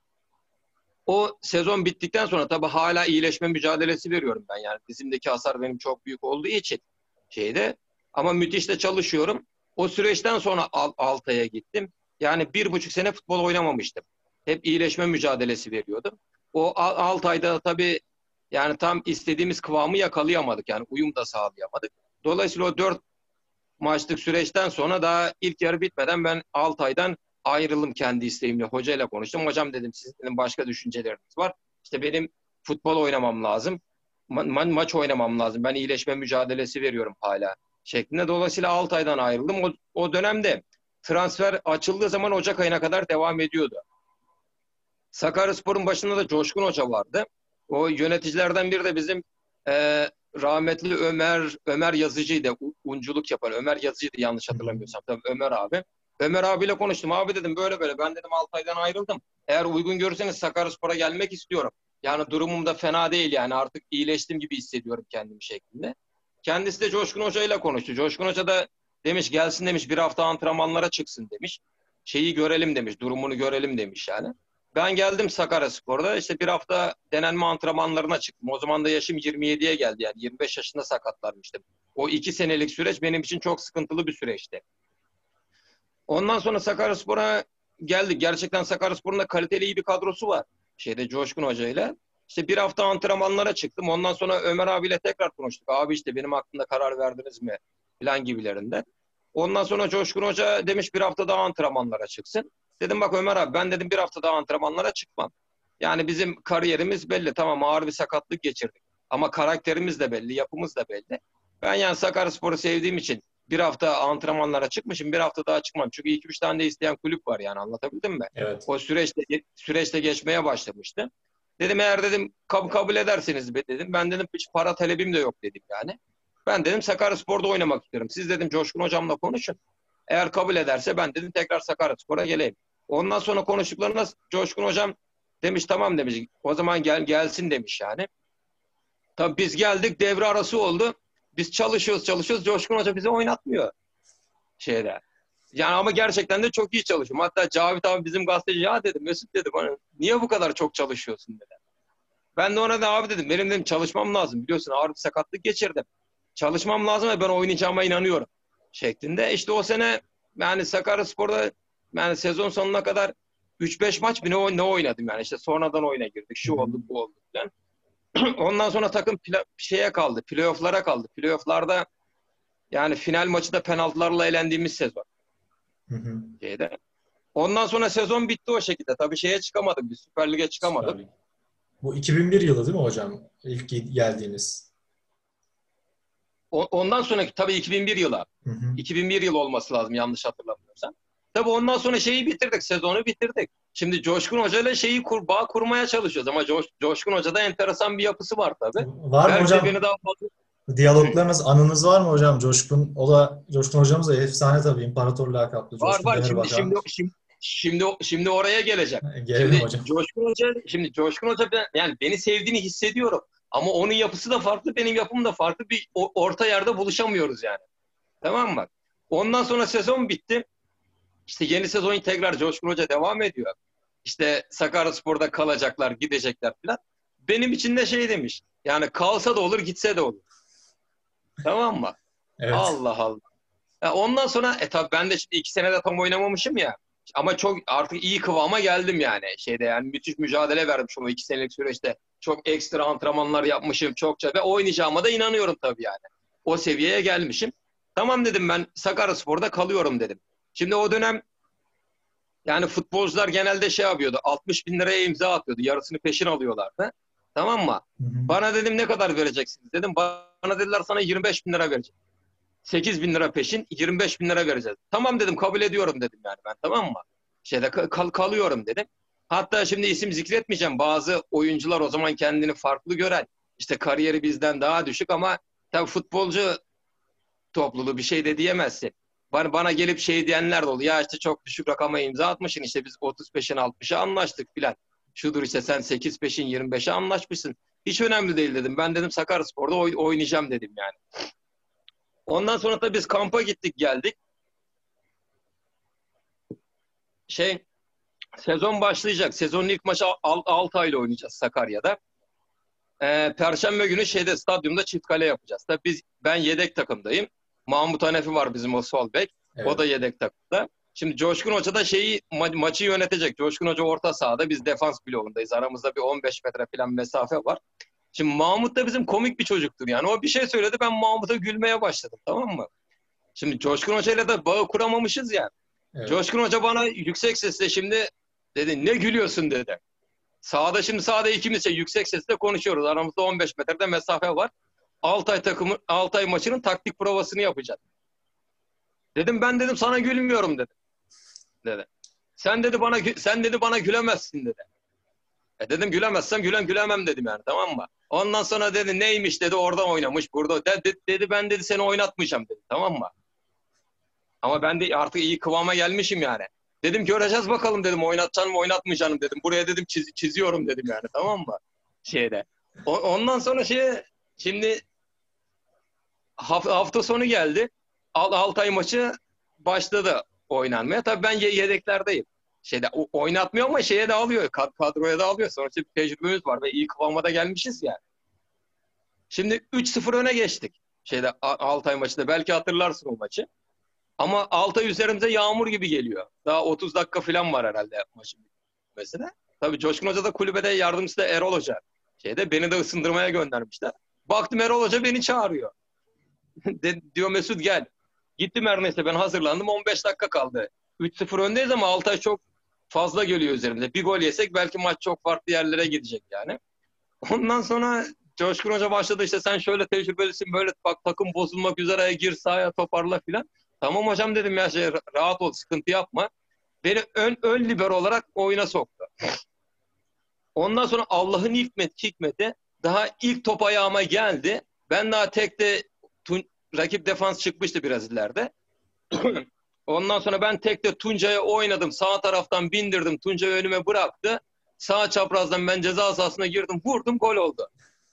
O sezon bittikten sonra tabii hala iyileşme mücadelesi veriyorum ben. Yani dizimdeki hasar benim çok büyük olduğu için şeyde, ama müthiş de çalışıyorum. O süreçten sonra Al Altay'a gittim. Yani bir buçuk sene futbol oynamamıştım. Hep iyileşme mücadelesi veriyordum. O Al Altay'da tabii yani tam istediğimiz kıvamı yakalayamadık. Yani uyum da sağlayamadık. Dolayısıyla o dört maçlık süreçten sonra daha ilk yarı bitmeden ben Altay'dan ayrıldım kendi isteğimle. Hocayla konuştum. Hocam dedim, sizin başka düşünceleriniz var. İşte benim futbol oynamam lazım. Ma- ma- maç oynamam lazım. Ben iyileşme mücadelesi veriyorum hala şeklinde. Dolayısıyla Altay'dan ayrıldım. O, o dönemde transfer açıldığı zaman Ocak ayına kadar devam ediyordu. Sakaryaspor'un başında da Coşkun Hoca vardı. O yöneticilerden biri de bizim e, rahmetli Ömer Ömer Yazıcı'ydı. U- Unculuk yapan Ömer Yazıcı'ydı yanlış Hı hı. hatırlamıyorsam. Tabii Ömer abi. Ömer abiyle konuştum. Abi dedim, böyle böyle. Ben dedim Altay'dan ayrıldım. Eğer uygun görürseniz Sakaryaspor'a gelmek istiyorum. Yani durumum da fena değil, yani artık iyileştim gibi hissediyorum kendimi şeklinde. Kendisi de Coşkun Hoca ile konuştu. Coşkun Hoca da demiş gelsin demiş, bir hafta antrenmanlara çıksın demiş. Şeyi görelim demiş, durumunu görelim demiş yani. Ben geldim Sakaryaspor'da, işte bir hafta denenme antrenmanlarına çıktım. O zaman da yaşım yirmi yediye geldi, yani yirmi beş yaşında sakatlanmıştım. O iki senelik süreç benim için çok sıkıntılı bir süreçti. Ondan sonra Sakaryaspor'a geldik. Gerçekten Sakaryaspor'un da kaliteli iyi bir kadrosu var. Şeyde Coşkun Hoca ile. İşte bir hafta antrenmanlara çıktım. Ondan sonra Ömer abiyle tekrar konuştuk. Abi işte benim hakkında karar verdiniz mi? Falan gibilerinden. Ondan sonra Coşkun Hoca demiş bir hafta daha antrenmanlara çıksın. Dedim bak Ömer abi, ben dedim bir hafta daha antrenmanlara çıkmam. Yani bizim kariyerimiz belli. Tamam, ağır bir sakatlık geçirdik. Ama karakterimiz de belli, yapımız da belli. Ben yani Sakaryaspor'u sevdiğim için bir hafta antrenmanlara çıkmışım, bir hafta daha çıkmam. Çünkü iki üç tane de isteyen kulüp var, yani anlatabildim mi? Evet. O süreçte süreçte geçmeye başlamıştı. Dedim eğer dedim kab kabul ederseniz be dedim. Ben dedim hiç para talebim de yok dedim yani. Ben dedim Sakaryaspor'da oynamak istiyorum. Siz dedim Coşkun Hocam'la konuşun. Eğer kabul ederse ben dedim tekrar Sakaryaspor'a geleyim. Ondan sonra konuştuklarında Coşkun Hocam demiş tamam demiş. O zaman gel gelsin demiş yani. Tabii biz geldik, devre arası oldu. Biz çalışıyoruz çalışıyoruz. Coşkun Hoca bizi oynatmıyor şeyde. Yani ama gerçekten de çok iyi çalışıyorum. Hatta Cavit abi bizim gazeteci, ya dedim Mesut dedim hani niye bu kadar çok çalışıyorsun dedi. Ben de ona da abi dedim benim dedim çalışmam lazım. Biliyorsun ağır bir sakatlık geçirdim. Çalışmam lazım ve ben oynayacağıma inanıyorum şeklinde. İşte o sene yani Sakaryaspor'da yani sezon sonuna kadar üç beş maç bir ne, ne oynadım yani. İşte sonradan oyuna girdik. Hı Şu hı. oldu bu oldu falan. Ondan sonra takım pla- şeye kaldı. Playoff'lara kaldı. Playoff'larda yani final maçı da penaltılarla elendiğimiz sezon. Hı hı. Şeyde. Ondan sonra sezon bitti o şekilde. Tabii şeye çıkamadık biz. Süper Lig'e çıkamadık. Süper Lig. Bu iki bin bir yılı değil mi hocam? İlk geldiğiniz. O- ondan sonraki tabii iki bin bir yıla. Hı hı. iki bin bir yıl olması lazım yanlış hatırlamıyorsam. Tabii ondan sonra şeyi bitirdik. Sezonu bitirdik. Şimdi Coşkun Hoca ile şeyi kur, bağ kurmaya çalışıyoruz. Ama Coş, Coşkun Hoca'da enteresan bir yapısı var tabii. Var mı Belki de beni hocam? daha fazla... Diyaloglarınız, anınız var mı hocam? Coşkun, o da Coşkun hocamız da efsane tabii. İmparator lakaplı Var Coşkun var. Şimdi Demirbakan. şimdi şimdi şimdi şimdi oraya geleceğim. Gelelim Şimdi hocam. Coşkun Hoca şimdi Coşkun Hoca ben, yani beni sevdiğini hissediyorum. Ama onun yapısı da farklı, benim yapım da farklı. Bir o- orta yerde buluşamıyoruz yani. Tamam mı? Ondan sonra sezon bitti. İşte yeni sezon tekrar Coşkun Hoca devam ediyor. İşte Sakaryaspor'da kalacaklar, gidecekler falan. Benim için de şey demiş. Yani kalsa da olur, gitse de olur. Tamam mı? Evet. Allah Allah. Ya ondan sonra e tabii ben de şimdi iki senede tam oynamamışım ya. Ama çok artık iyi kıvama geldim yani. Şeyde yani müthiş mücadele vermişim o iki senelik süreçte. Çok ekstra antrenmanlar yapmışım çokça ve oynayacağıma da inanıyorum tabii yani. O seviyeye gelmişim. Tamam dedim, ben Sakaryaspor'da kalıyorum dedim. Şimdi o dönem yani futbolcular genelde şey yapıyordu. altmış bin liraya imza atıyordu. Yarısını peşin alıyorlardı. Tamam mı? Hı hı. Bana dedim ne kadar vereceksiniz dedim. Bana dediler sana yirmi beş bin lira vereceğim. sekiz bin lira peşin, yirmi beş bin lira vereceğiz. Tamam dedim, kabul ediyorum dedim yani ben, tamam mı? Şeyde kal kalıyorum dedim. Hatta şimdi isim zikretmeyeceğim. Bazı oyuncular o zaman kendini farklı gören, işte kariyeri bizden daha düşük ama tabii futbolcu topluluğu bir şey de diyemezsin. Bana, bana gelip şey diyenler de oldu. Ya işte çok düşük rakama imza atmışsın. İşte biz otuz peşin altmışa anlaştık filan. Şudur işte sen sekiz peşin yirmi beşe anlaşmışsın. Hiç önemli değil dedim. Ben dedim Sakaryaspor'da oy oynayacağım dedim yani. Ondan sonra da biz kampa gittik geldik. Şey sezon başlayacak. Sezonun ilk maçı altı ile oynayacağız Sakarya'da. Ee, Perşembe günü şeyde stadyumda çift kale yapacağız. Tabii biz ben yedek takımdayım. Mahmut Hanefi var bizim o sol bek. O da Evet. yedek takımda. Şimdi Coşkun Hoca da şeyi ma- maçı yönetecek. Coşkun Hoca orta sahada, biz defans bloğundayız. Aramızda bir on beş metre falan mesafe var. Şimdi Mahmut da bizim komik bir çocuktur yani. O bir şey söyledi, ben Mahmut'a gülmeye başladım, tamam mı? Şimdi Coşkun Hoca'yla da bağı kuramamışız ya. Evet. Coşkun Hoca bana yüksek sesle şimdi dedi, ne gülüyorsun dedi. Sağda şimdi sağda ikimiz şey yüksek sesle konuşuyoruz. Aramızda on beş metrede mesafe var. Altay takımı Altay maçının taktik provasını yapacağız. Dedim ben dedim sana gülmüyorum dedim. Dedi. Sen dedi bana sen dedi bana gülemezsin dedi. E dedim gülemezsem gülen gülemem dedim yani, tamam mı? Ondan sonra dedi neymiş dedi, oradan oynamış burada. Dedi, dedi ben dedi seni oynatmayacağım dedi, tamam mı? Ama ben de artık iyi kıvama gelmişim yani. Dedim göreceğiz bakalım dedim, oynatacağım mı oynatmayacağım dedim. Buraya dedim çiz, çiziyorum dedim yani, tamam mı? Şeyde. O, ondan sonra şey şimdi hafta, hafta sonu geldi. Altay maçı başladı oynanmaya. Tabii ben yedeklerdeyim. Şeyde oynatmıyor ama şeye de alıyor. Kadroya da alıyor. Sonuçta bir tecrübemiz var ve iyi kıvama da gelmişiz yani. Şimdi üç sıfır öne geçtik. Şeyde Altay maçında. Belki hatırlarsın o maçı. Ama Altay üzerimize yağmur gibi geliyor. Daha otuz dakika falan var herhalde maçın mesela. Tabii Coşkun Hoca da kulübede, yardımcısı da Erol Hoca. Şeyde beni de ısındırmaya göndermişler. Baktım Erol Hoca beni çağırıyor. De, diyor Mesut gel. Gittim her neyse, ben hazırlandım. on beş dakika kaldı. üç sıfır öndeyiz ama Altay çok fazla geliyor üzerimize. Bir gol yesek belki maç çok farklı yerlere gidecek yani. Ondan sonra Coşkun Hoca başladı, işte sen şöyle tecrübelisin, böyle bak takım bozulmak üzere, gir sahaya toparla filan. Tamam hocam dedim ya, şey, rahat ol, sıkıntı yapma. Beni ön, ön libero olarak oyuna soktu. Ondan sonra Allah'ın hikmet, hikmeti daha ilk top ayağıma geldi. Ben daha tekte tun, rakip defans çıkmıştı biraz ileride. Ondan sonra ben tekte Tuncay'a oynadım. Sağ taraftan bindirdim. Tuncay'ı önüme bıraktı. Sağ çaprazdan ben ceza sahasına girdim. Vurdum, gol oldu.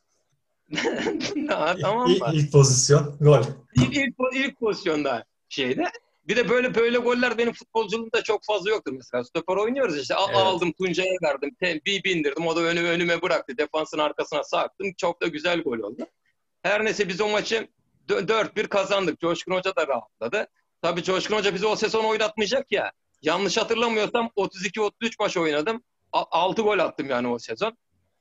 Ha, tamam mı? İlk, ilk pozisyon gol. İlk, ilk, ilk pozisyonda şeyde. Bir de böyle böyle goller benim futbolculuğumda çok fazla yoktur mesela. Stoper oynuyoruz işte. Evet. Aldım Tuncay'a verdim. Bir bindirdim. O da önüme, önüme bıraktı. Defansın arkasına sarktım. Çok da güzel gol oldu. Her neyse biz o maçı dört bir kazandık. Coşkun Hoca da rahatladı. Tabii Coşkun Hoca bizi o sezon oynatmayacak ya. Yanlış hatırlamıyorsam otuz iki otuz üç maç oynadım. altı gol attım yani o sezon.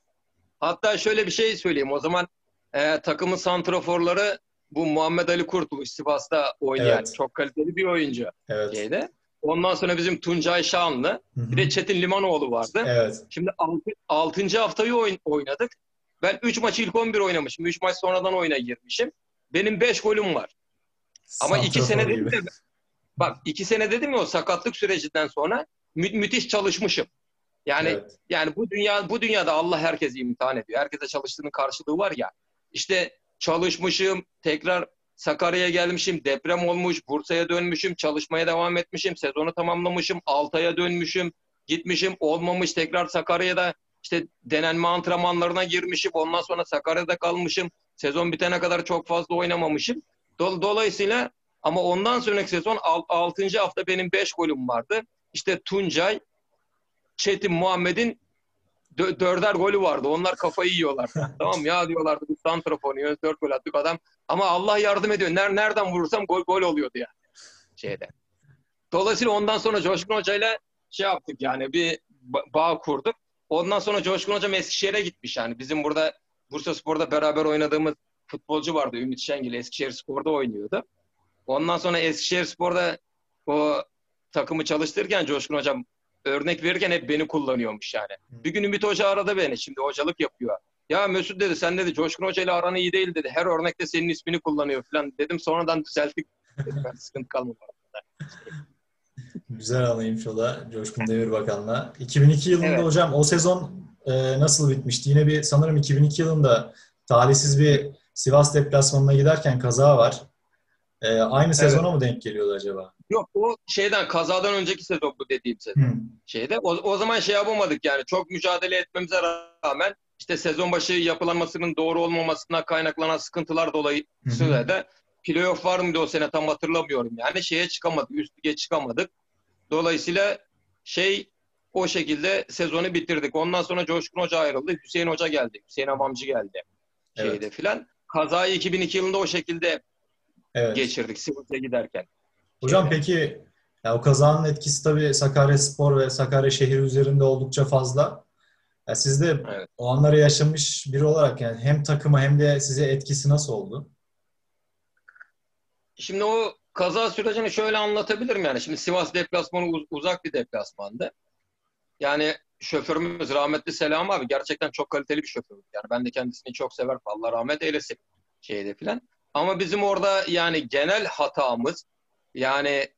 Hatta şöyle bir şey söyleyeyim. O zaman e, takımın santraforları bu Muhammed Ali Kurtuluş, Sivas'ta oynayan, evet, çok kaliteli bir oyuncu. Evet. Şeyde. Ondan sonra bizim Tuncay Şanlı, Hı-hı. bir de Çetin Limanoğlu vardı. Evet. Şimdi altıncı haftayı oyn- oynadık. Ben üç maç ilk on bir oynamışım. üç maç sonradan oyuna girmişim. Benim beş golüm var. Ama iki sene dedim ya, bak iki sene dedim ya, o sakatlık sürecinden sonra mü- müthiş çalışmışım. Yani evet. yani bu dünya bu dünyada Allah herkesi imtihan ediyor. Herkese çalıştığının karşılığı var ya. İşte çalışmışım, tekrar Sakarya'ya gelmişim, deprem olmuş, Bursa'ya dönmüşüm, çalışmaya devam etmişim, sezonu tamamlamışım, Altay'a dönmüşüm, gitmişim, olmamış, tekrar Sakarya'da işte denenme antrenmanlarına girmişim, ondan sonra Sakarya'da kalmışım, sezon bitene kadar çok fazla oynamamışım. Dolayısıyla ama ondan sonraki sezon altıncı hafta benim beş golüm vardı. İşte Tuncay, Çetin, Muhammed'in dö- dörder golü vardı. Onlar kafayı yiyorlar. Tamam ya diyorlardı, biz santrafor oynuyoruz, dört gol attık adam. Ama Allah yardım ediyor. Ner- nereden vurursam gol gol oluyordu yani şeyde. Dolayısıyla ondan sonra Coşkun Hoca'yla şey yaptık yani, bir ba- bağ kurduk. Ondan sonra Coşkun Hocam Eskişehir'e gitmiş yani. Bizim burada Bursaspor'da beraber oynadığımız futbolcu vardı, Ümit Şengil. Eskişehirspor'da oynuyordu. Ondan sonra Eskişehirspor'da o takımı çalıştırırken Coşkun Hocam örnek verirken hep beni kullanıyormuş yani. Bir gün Ümit Hoca aradı beni. Şimdi hocalık yapıyor. Ya Mesut dedi, sen dedi Coşkun Hoca ile aran iyi değil dedi. Her örnekte senin ismini kullanıyor falan dedim. Sonradan düzelttik. Dedim, ben sıkıntı kalmadı. Güzel anıymış o da Coşkun Demirbakan'la. iki bin iki yılında evet. Hocam o sezon e, nasıl bitmişti? Yine bir sanırım iki bin iki yılında talihsiz bir Sivas deplasmanına giderken kaza var. E, aynı sezona evet. mı denk geliyordu acaba? Yok, o şeyden, kazadan önceki sezon bu dediğim sezon. Hmm. Şeyde o, o zaman şey yapamadık yani, çok mücadele etmemize rağmen işte sezon başı yapılanmasının doğru olmamasına kaynaklanan sıkıntılar dolayısıyla da playoff var mıydı o sene tam hatırlamıyorum yani, şeye çıkamadık, üst lige çıkamadık. Dolayısıyla şey o şekilde sezonu bitirdik. Ondan sonra Coşkun Hoca ayrıldı. Hüseyin Hoca geldi. Hüseyin Amamcı geldi. Şeyde evet. filan. Kazayı iki bin iki yılında o şekilde evet. geçirdik Sivas'a giderken. Hocam şeyde. Peki ya o kazanın etkisi tabii Sakaryaspor ve Sakarya şehri üzerinde oldukça fazla. Ya siz de Evet. o anları yaşamış biri olarak yani hem takıma hem de size etkisi nasıl oldu? Şimdi o kaza sürecini şöyle anlatabilirim yani. Şimdi Sivas deplasmanı uz- uzak bir deplasmandı. Yani şoförümüz rahmetli Selam abi gerçekten çok kaliteli bir şofördü. Yani ben de kendisini çok sever. Allah rahmet eylesin şeyde filan. Ama bizim orada yani genel hatamız yani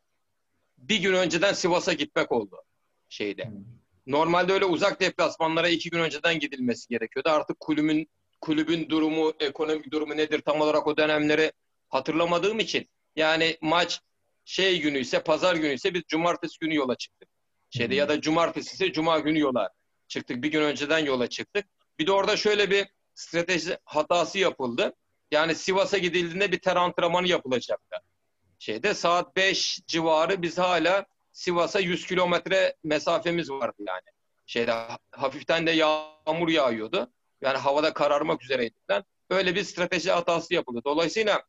bir gün önceden Sivas'a gitmek oldu şeyde. Normalde öyle uzak deplasmanlara iki gün önceden gidilmesi gerekiyordu. Artık kulübün kulübün durumu, ekonomik durumu nedir tam olarak o dönemleri hatırlamadığım için. Yani maç şey günü ise pazar günü ise biz cumartesi günü yola çıktık. Hı Şeyde ya da cumartesi ise cuma günü yola çıktık. Bir gün önceden yola çıktık. Bir de orada şöyle bir strateji hatası yapıldı. Yani Sivas'a gidildiğinde bir ter antrenmanı yapılacaktı. Şeyde saat beş civarı biz hala Sivas'a yüz kilometre mesafemiz vardı yani. Şeyde hafiften de yağmur yağıyordu. Yani havada kararmak üzereydi falan. Öyle bir strateji hatası yapıldı. Dolayısıyla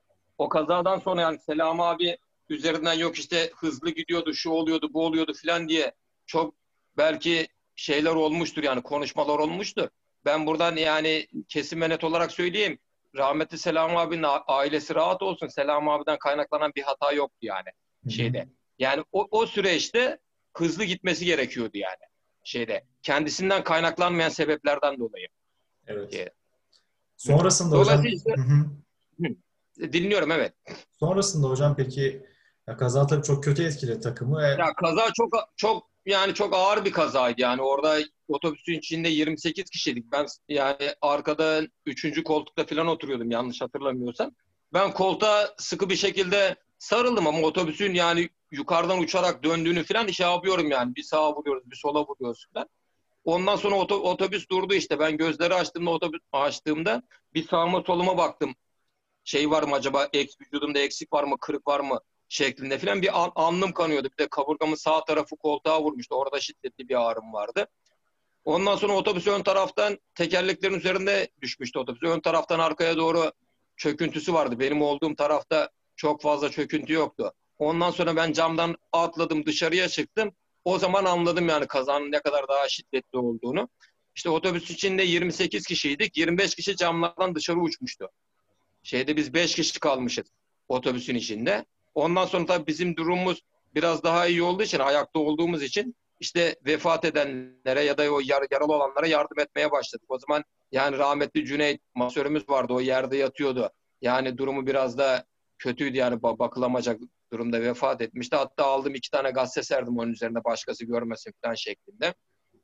o kazadan sonra yani Selam abi üzerinden yok işte hızlı gidiyordu, şu oluyordu, bu oluyordu falan diye çok belki şeyler olmuştur yani konuşmalar olmuştur. Ben buradan yani kesin ve net olarak söyleyeyim. Rahmetli Selam abinin ailesi rahat olsun. Selam abiden kaynaklanan bir hata yoktu yani hı. Hı. şeyde. Yani o, o süreçte hızlı gitmesi gerekiyordu yani şeyde. Kendisinden kaynaklanmayan sebeplerden dolayı. Evet. Şey. Sonrasında hocam, Dolayısıyla hı hı. dinliyorum evet. Sonrasında hocam peki ya kaza tabii çok kötü etkiledi takımı. E, Ya kaza çok çok yani çok ağır bir kazaydı yani orada otobüsün içinde yirmi sekiz kişiydik. Ben yani arkada üçüncü koltukta falan oturuyordum yanlış hatırlamıyorsam. Ben koltuğa sıkı bir şekilde sarıldım ama otobüsün yani yukarıdan uçarak döndüğünü falan şey yapıyorum yani. Bir sağa vuruyoruz, bir sola vuruyoruz falan. Ondan sonra otobüs durdu işte. Ben gözleri açtığımda otobüs açtığımda bir sağıma soluma baktım şey var mı acaba ek, vücudumda eksik var mı kırık var mı şeklinde filan bir an, alnım kanıyordu. Bir de kaburgamın sağ tarafı koltuğa vurmuştu. Orada şiddetli bir ağrım vardı. Ondan sonra otobüs ön taraftan tekerleklerin üzerinde düşmüştü otobüs. Ön taraftan arkaya doğru çöküntüsü vardı. Benim olduğum tarafta çok fazla çöküntü yoktu. Ondan sonra ben camdan atladım dışarıya çıktım. O zaman anladım yani kazanın ne kadar daha şiddetli olduğunu. İşte otobüs içinde yirmi sekiz kişiydik. yirmi beş kişi camlardan dışarı uçmuştu. Şeyde biz beş kişi kalmışız otobüsün içinde. Ondan sonra tabii bizim durumumuz biraz daha iyi olduğu için, ayakta olduğumuz için işte vefat edenlere ya da o yar, yaralı olanlara yardım etmeye başladık. O zaman yani rahmetli Cüneyt masörümüz vardı. O yerde yatıyordu. Yani durumu biraz da kötüydü yani bakılamayacak durumda vefat etmişti. Hatta aldım iki tane gazete serdim onun üzerinde başkası görmesin falan şeklinde.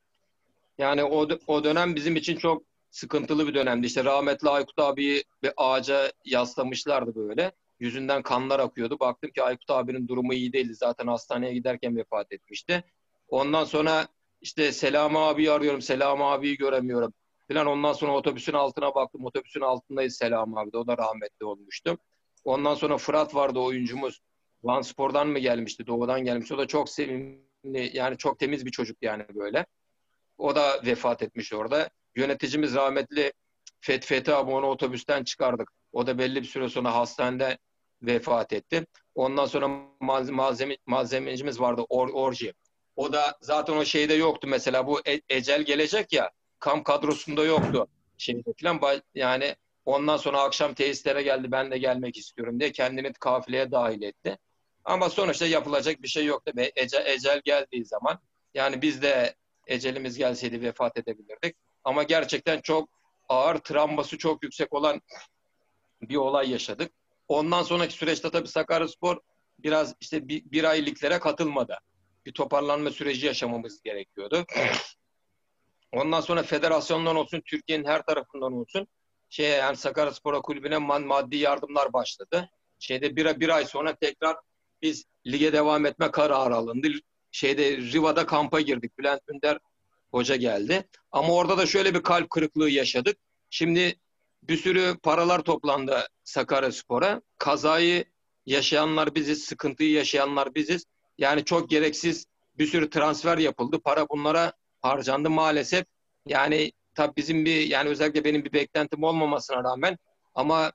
Yani o, o dönem bizim için çok sıkıntılı bir dönemdi. İşte rahmetli Aykut abiyi bir ağaca yaslamışlardı böyle. Yüzünden kanlar akıyordu. Baktım ki Aykut abinin durumu iyi değildi. Zaten hastaneye giderken vefat etmişti. Ondan sonra işte Selami abiyi arıyorum. Selami abiyi göremiyorum. Falan ondan sonra otobüsün altına baktım. Otobüsün altındayız Selami abi de. O da rahmetli olmuştu. Ondan sonra Fırat vardı oyuncumuz. Van Spor'dan mı gelmişti? Doğu'dan gelmişti. O da çok sevimli yani çok temiz bir çocuk yani böyle. O da vefat etmiş orada. Yöneticimiz rahmetli Fet Fethi abi onu otobüsten çıkardık. O da belli bir süre sonra hastanede vefat etti. Ondan sonra malzeme, malzemecimiz vardı Or, Orji. O da zaten o şeyde yoktu mesela bu e, ecel gelecek ya kamp kadrosunda yoktu. Şeyde falan yani ondan sonra akşam tesislere geldi ben de gelmek istiyorum diye kendini kafileye dahil etti. Ama sonuçta yapılacak bir şey yoktu. Ecel, ecel geldiği zaman yani biz de ecelimiz gelseydi vefat edebilirdik. Ama gerçekten çok ağır travması çok yüksek olan bir olay yaşadık. Ondan sonraki süreçte tabii Sakaryaspor biraz işte bir, bir ay liglere katılmadı. Bir toparlanma süreci yaşamamız gerekiyordu. Ondan sonra federasyondan olsun, Türkiye'nin her tarafından olsun şeye yani Sakaryaspor kulübüne maddi yardımlar başladı. Şeyde bir, bir ay sonra tekrar biz lige devam etme kararı alındı. Şeyde Riva'da kampa girdik. Bülent Ünder hoca geldi. Ama orada da şöyle bir kalp kırıklığı yaşadık. Şimdi bir sürü paralar toplandı Sakaryaspor'a. Kazayı yaşayanlar biziz, sıkıntıyı yaşayanlar biziz. Yani çok gereksiz bir sürü transfer yapıldı. Para bunlara harcandı maalesef. Yani tabii bizim bir yani özellikle benim bir beklentim olmamasına rağmen ama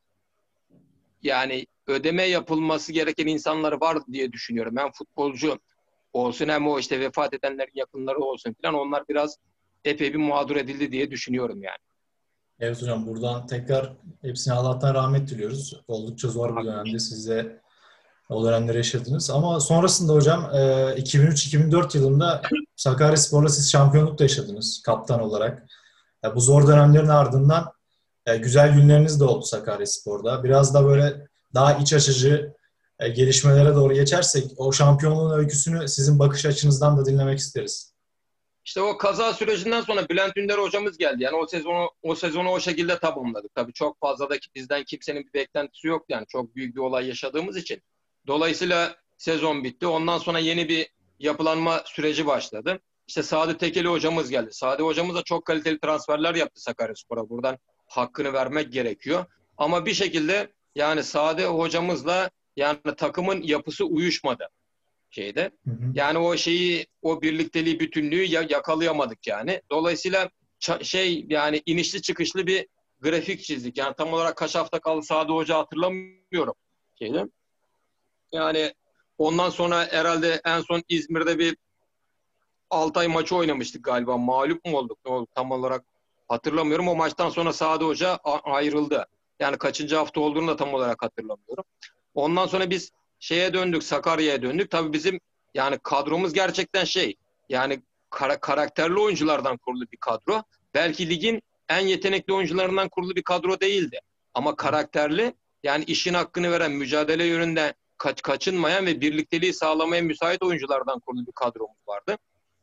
yani ödeme yapılması gereken insanlar var diye düşünüyorum. Ben futbolcu olsun hem o işte vefat edenlerin yakınları olsun falan onlar biraz epey bir mağdur edildi diye düşünüyorum yani. Evet hocam, buradan tekrar hepsine Allah'tan rahmet diliyoruz. Oldukça zor bir Amin. dönemde siz de o dönemleri yaşadınız. Ama sonrasında hocam e, iki bin üç iki bin dört yılında Sakaryaspor'la siz şampiyonluk da yaşadınız kaptan olarak. Ya bu zor dönemlerin ardından e, güzel günleriniz de oldu Sakaryaspor'da. Biraz da böyle daha iç açıcı e, gelişmelere doğru geçersek o şampiyonluğun öyküsünü sizin bakış açınızdan da dinlemek isteriz. İşte o kaza sürecinden sonra Bülent Ünder hocamız geldi. Yani o sezonu o sezonu o şekilde tamamladık. Tabii çok fazla da bizden kimsenin bir beklentisi yok yani. Çok büyük bir olay yaşadığımız için. Dolayısıyla sezon bitti. Ondan sonra yeni bir yapılanma süreci başladı. İşte Sadi Tekeli hocamız geldi. Sadi hocamız da çok kaliteli transferler yaptı Sakaryaspor'a. Buradan hakkını vermek gerekiyor. Ama bir şekilde yani Sadi hocamızla yani takımın yapısı uyuşmadı şeyde. Hı hı. Yani o şeyi, o birlikteliği, bütünlüğü ya- yakalayamadık yani. Dolayısıyla şey yani inişli çıkışlı bir grafik çizdik. Yani tam olarak kaç hafta kaldı Sadi Hoca hatırlamıyorum şeyde. Yani ondan sonra herhalde en son İzmir'de bir Altay maçı oynamıştık galiba. Mağlup mu olduk? Ne oldu? Tam olarak hatırlamıyorum. O maçtan sonra Sadi Hoca ayrıldı. Yani kaçıncı hafta olduğunu da tam olarak hatırlamıyorum. Ondan sonra biz şeye döndük, Sakarya'ya döndük. Tabii bizim yani kadromuz gerçekten şey, yani kara- karakterli oyunculardan kurulu bir kadro. Belki ligin en yetenekli oyuncularından kurulu bir kadro değildi. Ama karakterli, yani işin hakkını veren, mücadele yönünde kaç kaçınmayan ve birlikteliği sağlamaya müsait oyunculardan kurulu bir kadromuz vardı.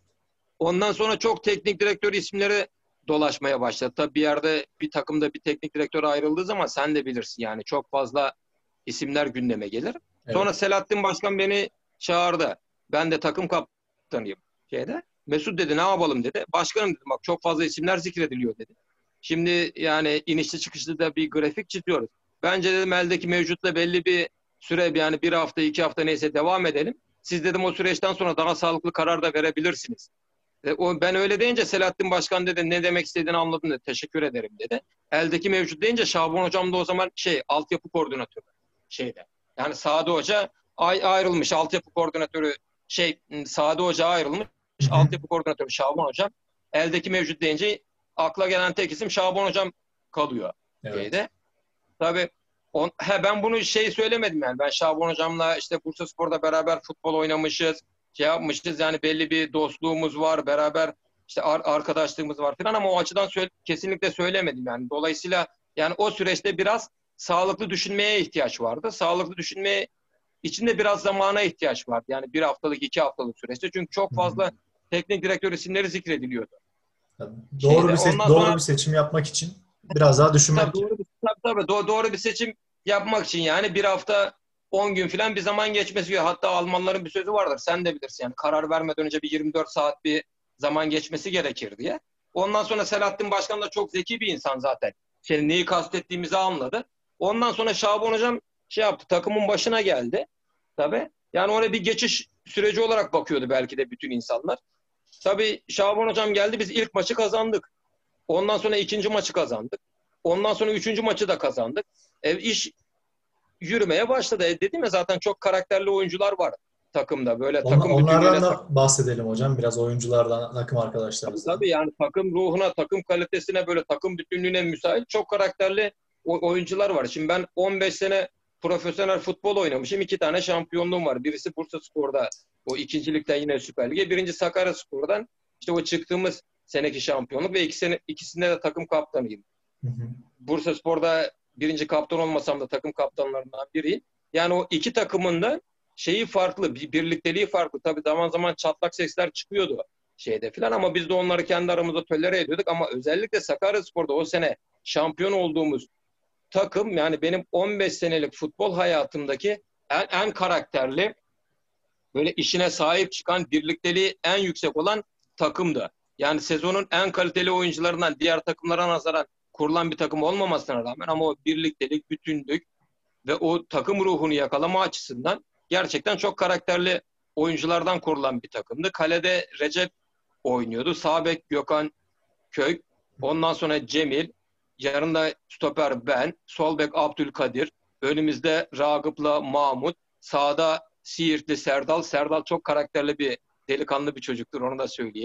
Ondan sonra çok teknik direktör isimleri dolaşmaya başladı. Tabii bir yerde bir takımda bir teknik direktör ayrıldığı zaman sen de bilirsin yani çok fazla isimler gündeme gelir. Sonra Evet. Selahattin Başkan beni çağırdı. Ben de takım kaptanıyım şeyde. Mesut dedi ne yapalım dedi. Başkanım dedim bak çok fazla isimler zikrediliyor dedi. Şimdi yani inişli çıkışlı da bir grafik çiziyoruz. Bence dedim eldeki mevcutla belli bir süre yani bir hafta iki hafta neyse devam edelim. Siz dedim o süreçten sonra daha sağlıklı karar da verebilirsiniz. E, o, ben öyle deyince Selahattin Başkan dedi ne demek istediğini anladım dedi. Teşekkür ederim dedi. Eldeki mevcut deyince Şaban Hocam da o zaman şey altyapı koordinatörü şeyde. Yani Sadi Hoca ay, ayrılmış altyapı koordinatörü şey Sadi Hoca ayrılmış Hı hı. altyapı koordinatörü Şaban Hocam. Eldeki mevcut deyince akla gelen tek isim Şaban Hocam kalıyor Evet. şeyde. Tabii on, he, ben bunu şey söylemedim yani. Ben Şaban Hocam'la işte Bursaspor'da beraber futbol oynamışız. Şey yapmışız yani belli bir dostluğumuz var. Beraber işte ar- arkadaşlığımız var falan ama o açıdan söyle, kesinlikle söylemedim yani. Dolayısıyla yani o süreçte biraz sağlıklı düşünmeye ihtiyaç vardı. Sağlıklı düşünmeye içinde biraz zamana ihtiyaç vardı. Yani bir haftalık, iki haftalık süreçte. Çünkü çok Hı hı. fazla teknik direktör isimleri zikrediliyordu Ya, doğru bir şeyde. se- Ondan doğru sonra bir seçim yapmak için biraz daha tabii düşünmek. doğru bir, tabii, tabii, doğru, doğru bir seçim yapmak için yani bir hafta on gün falan bir zaman geçmesi gerekiyor. Hatta Almanların bir sözü vardır. Sen de bilirsin yani karar vermeden önce bir yirmi dört saat bir zaman geçmesi gerekir diye. Ondan sonra Selahattin Başkan da çok zeki bir insan zaten. Şey, neyi kastettiğimizi anladı. Ondan sonra Şaban Hocam şey yaptı takımın başına geldi. Tabii. Yani oraya bir geçiş süreci olarak bakıyordu belki de bütün insanlar. Tabii Şaban Hocam geldi biz ilk maçı kazandık. Ondan sonra ikinci maçı kazandık. Ondan sonra üçüncü maçı da kazandık. E, iş yürümeye başladı. E, dedim ya zaten çok karakterli oyuncular var takımda. Böyle On- takım onlardan bütünlüğüne tak da bahsedelim hocam. Biraz oyunculardan, takım tabii, arkadaşlarınızdan. tabii yani takım ruhuna, takım kalitesine böyle takım bütünlüğüne müsait çok karakterli o- oyuncular var. Şimdi ben on beş sene profesyonel futbol oynamışım. İki tane şampiyonluğum var. Birisi Bursaspor'da o ikincilikten yine Süper Lig'e. Birinci Sakaryaspor'dan işte o çıktığımız seneki şampiyonluk ve iki sene, ikisinde de takım kaptanıyım. Hı hı. Bursaspor'da birinci kaptan olmasam da takım kaptanlarından biriyim. Yani o iki takımın da şeyi farklı, bir birlikteliği farklı. Tabii zaman zaman çatlak sesler çıkıyordu şeyde filan ama biz de onları kendi aramızda tolere ediyorduk ama özellikle Sakaryaspor'da o sene şampiyon olduğumuz takım yani benim on beş senelik futbol hayatımdaki en, en karakterli böyle işine sahip çıkan birlikteliği en yüksek olan takımdı. Yani sezonun en kaliteli oyuncularından diğer takımlara nazaran kurulan bir takım olmamasına rağmen ama o birliktelik, bütünlük ve o takım ruhunu yakalama açısından gerçekten çok karakterli oyunculardan kurulan bir takımdı. Kalede Recep oynuyordu. Sağ bek Gökhan Kök. Ondan sonra Cemil. Yanında stoper ben. Sol bek Abdülkadir. Önümüzde Ragıp'la Mahmut. Sağda Siirtli Serdal. Serdal çok karakterli bir delikanlı bir çocuktur onu da söyleyeyim.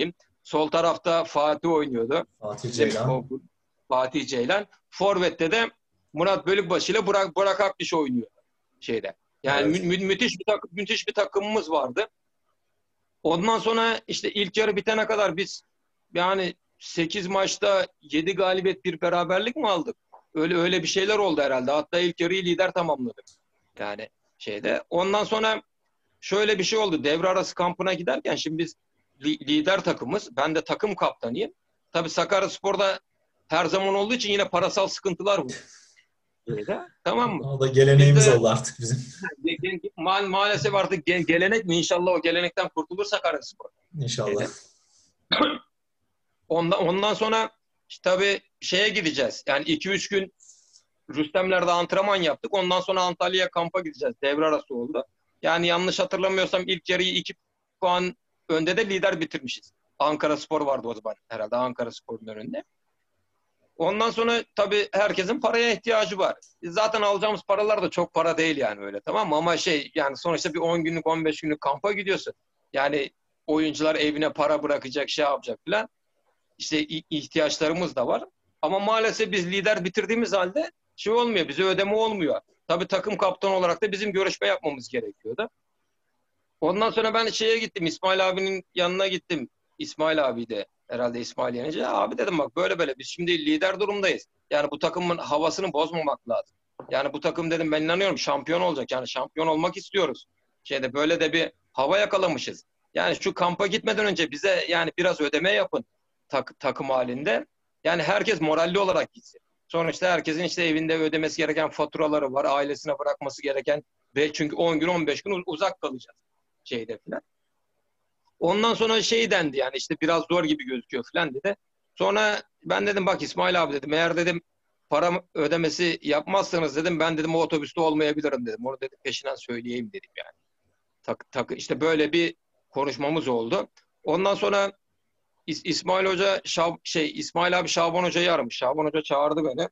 Sol tarafta Fatih oynuyordu. Fatih Bizim Ceylan. o, Fatih Ceylan. Forvet'te de Murat Bölükbaşı ile Burak, Burak Akbiş oynuyor şeyde. Yani Evet. mü, mü, müthiş bir takım, müthiş bir takımımız vardı. Ondan sonra işte ilk yarı bitene kadar biz yani sekiz maçta yedi galibiyet bir beraberlik mi aldık? Öyle öyle bir şeyler oldu herhalde. Hatta ilk yarıyı lider tamamladık. Yani şeyde. Ondan sonra şöyle bir şey oldu. Devre arası kampına giderken şimdi biz li- lider takımız. Ben de takım kaptanıyım. Tabii Sakaryaspor'da her zaman olduğu için yine parasal sıkıntılar var. Şeyde. Tamam mı? O da Biz geleneğimiz de oldu artık bizim. ma maalesef artık ge gelenek mi? İnşallah o gelenekten kurtulur Sakaryaspor. İnşallah. Şeyde. Ondan, ondan sonra işte tabii şeye gideceğiz. Yani iki üç gün Rüstemler'de antrenman yaptık. Ondan sonra Antalya'ya kampa gideceğiz. Devre arası oldu. Yani yanlış hatırlamıyorsam ilk yarıyı iki puan önde de lider bitirmişiz. Ankaraspor vardı o zaman herhalde. Ankaraspor'un önünde. Ondan sonra tabii herkesin paraya ihtiyacı var. Zaten alacağımız paralar da çok para değil yani öyle, tamam mı? Ama şey yani sonuçta bir on günlük on beş günlük kampa gidiyorsun. Yani oyuncular evine para bırakacak, şey yapacak falan. İşte ihtiyaçlarımız da var. Ama maalesef biz lider bitirdiğimiz halde şey olmuyor, bize ödeme olmuyor. Tabii takım kaptanı olarak da bizim görüşme yapmamız gerekiyordu. Ondan sonra ben şeye gittim, İsmail abinin yanına gittim. İsmail abi de herhalde İsmail Yenici. Abi dedim bak böyle böyle biz şimdi lider durumdayız. Yani bu takımın havasını bozmamak lazım. Yani bu takım dedim ben inanıyorum şampiyon olacak. Yani şampiyon olmak istiyoruz. Şeyde böyle de bir hava yakalamışız. Yani şu kampa gitmeden önce bize yani biraz ödeme yapın tak, takım halinde. Yani herkes moralli olarak gitsin. Sonuçta herkesin işte evinde ödemesi gereken faturaları var. Ailesine bırakması gereken ve çünkü on gün on beş gün uzak kalacağız şeyde falan. Ondan sonra şey dendi yani işte biraz zor gibi gözüküyor falan dedi. Sonra ben dedim bak İsmail abi dedim eğer dedim para ödemesi yapmazsanız dedim ben dedim o otobüste olmayabilirim dedim. Onu dedim peşinden söyleyeyim dedim yani. Tak, tak, işte böyle bir konuşmamız oldu. Ondan sonra İs İsmail Hoca Şab şey İsmail abi Şaban Hoca'yı aramış. Şaban Hoca çağırdı beni.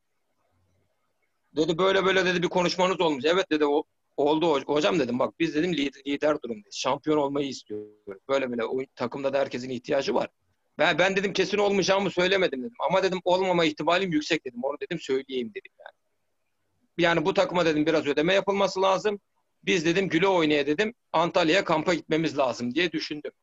Dedi böyle böyle dedi bir konuşmanız olmuş. Evet dedi o oldu hocam dedim. Bak biz dedim lider, lider durumdayız. Şampiyon olmayı istiyoruz. Böyle böyle o takımda da herkesin ihtiyacı var. Ben, ben dedim kesin olmayacağımı söylemedim dedim. Ama dedim olmama ihtimalim yüksek dedim. Onu dedim söyleyeyim dedim yani. Yani bu takıma dedim biraz ödeme yapılması lazım. Biz dedim güle oynaya dedim Antalya'ya kampa gitmemiz lazım diye düşündüm.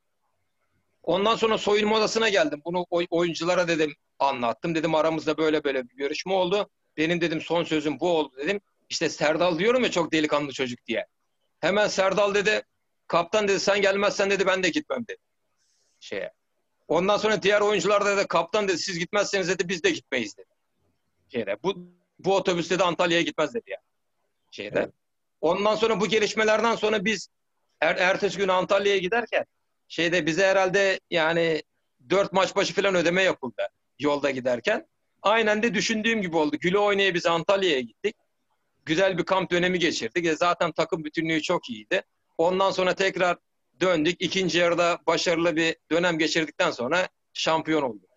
Ondan sonra soyunma odasına geldim. Bunu oyunculara dedim anlattım. Dedim aramızda böyle böyle bir görüşme oldu. Benim dedim son sözüm bu oldu dedim. İşte Serdal diyorum ya çok delikanlı çocuk diye. Hemen Serdal dedi kaptan dedi sen gelmezsen dedi ben de gitmem dedi şeye. Ondan sonra diğer oyuncular da dedi kaptan dedi siz gitmezseniz dedi biz de gitmeyiz dedi. Şeyde. Bu, bu otobüs dedi Antalya'ya gitmez dedi ya. Şeyde. Evet. Ondan sonra bu gelişmelerden sonra biz er, ertesi gün Antalya'ya giderken şeyde bize herhalde yani dört maç başı falan ödeme yapıldı yolda giderken. Aynen de düşündüğüm gibi oldu. Güle oynaya biz Antalya'ya gittik. Güzel bir kamp dönemi geçirdik. E zaten takım bütünlüğü çok iyiydi. Ondan sonra tekrar döndük. İkinci yarıda başarılı bir dönem geçirdikten sonra şampiyon olduk.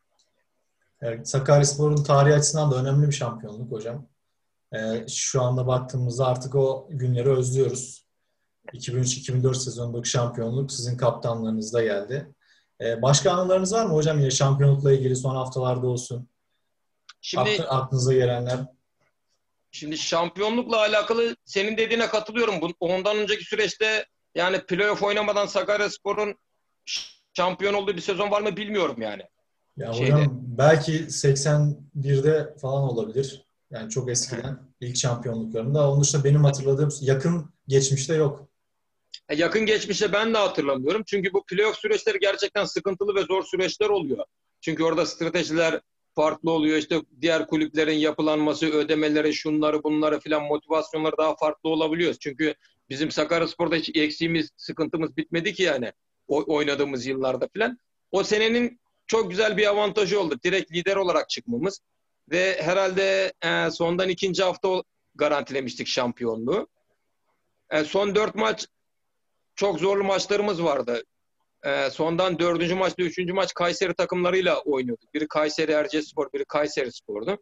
Evet, Sakaryaspor'un tarihi açısından da önemli bir şampiyonluk hocam. Ee, şu anda baktığımızda artık o günleri özlüyoruz. iki bin üç iki bin dört sezonundaki şampiyonluk sizin kaptanlığınızda geldi. Ee, başka anılarınız var mı hocam? Yine şampiyonlukla ilgili son haftalarda olsun. Aklı, Şimdi aklınıza gelenler. şimdi şampiyonlukla alakalı senin dediğine katılıyorum. Bu, ondan önceki süreçte yani playoff oynamadan Sakaryaspor'un şampiyon olduğu bir sezon var mı bilmiyorum yani. Ya Şeyde. hocam belki seksen birde falan olabilir. Yani çok Hı. eskiden ilk şampiyonluklarında. Onun dışında benim hatırladığım yakın geçmişte yok. E, Yakın geçmişte ben de hatırlamıyorum. Çünkü bu playoff süreçleri gerçekten sıkıntılı ve zor süreçler oluyor. Çünkü orada stratejiler farklı oluyor. İşte diğer kulüplerin yapılanması, ödemeleri, şunları bunları filan motivasyonları daha farklı olabiliyor. Çünkü bizim Sakaryaspor'da hiç eksiğimiz, sıkıntımız bitmedi ki yani o, oynadığımız yıllarda filan. O senenin çok güzel bir avantajı oldu. Direkt lider olarak çıkmamız ve herhalde e, sondan ikinci hafta garantilemiştik şampiyonluğu. E, son dört maç çok zorlu maçlarımız vardı. Ee, sondan dördüncü maçta üçüncü maç Kayseri takımlarıyla oynuyorduk. Biri Kayseri Erciyesspor, biri Kayseri Spor'du.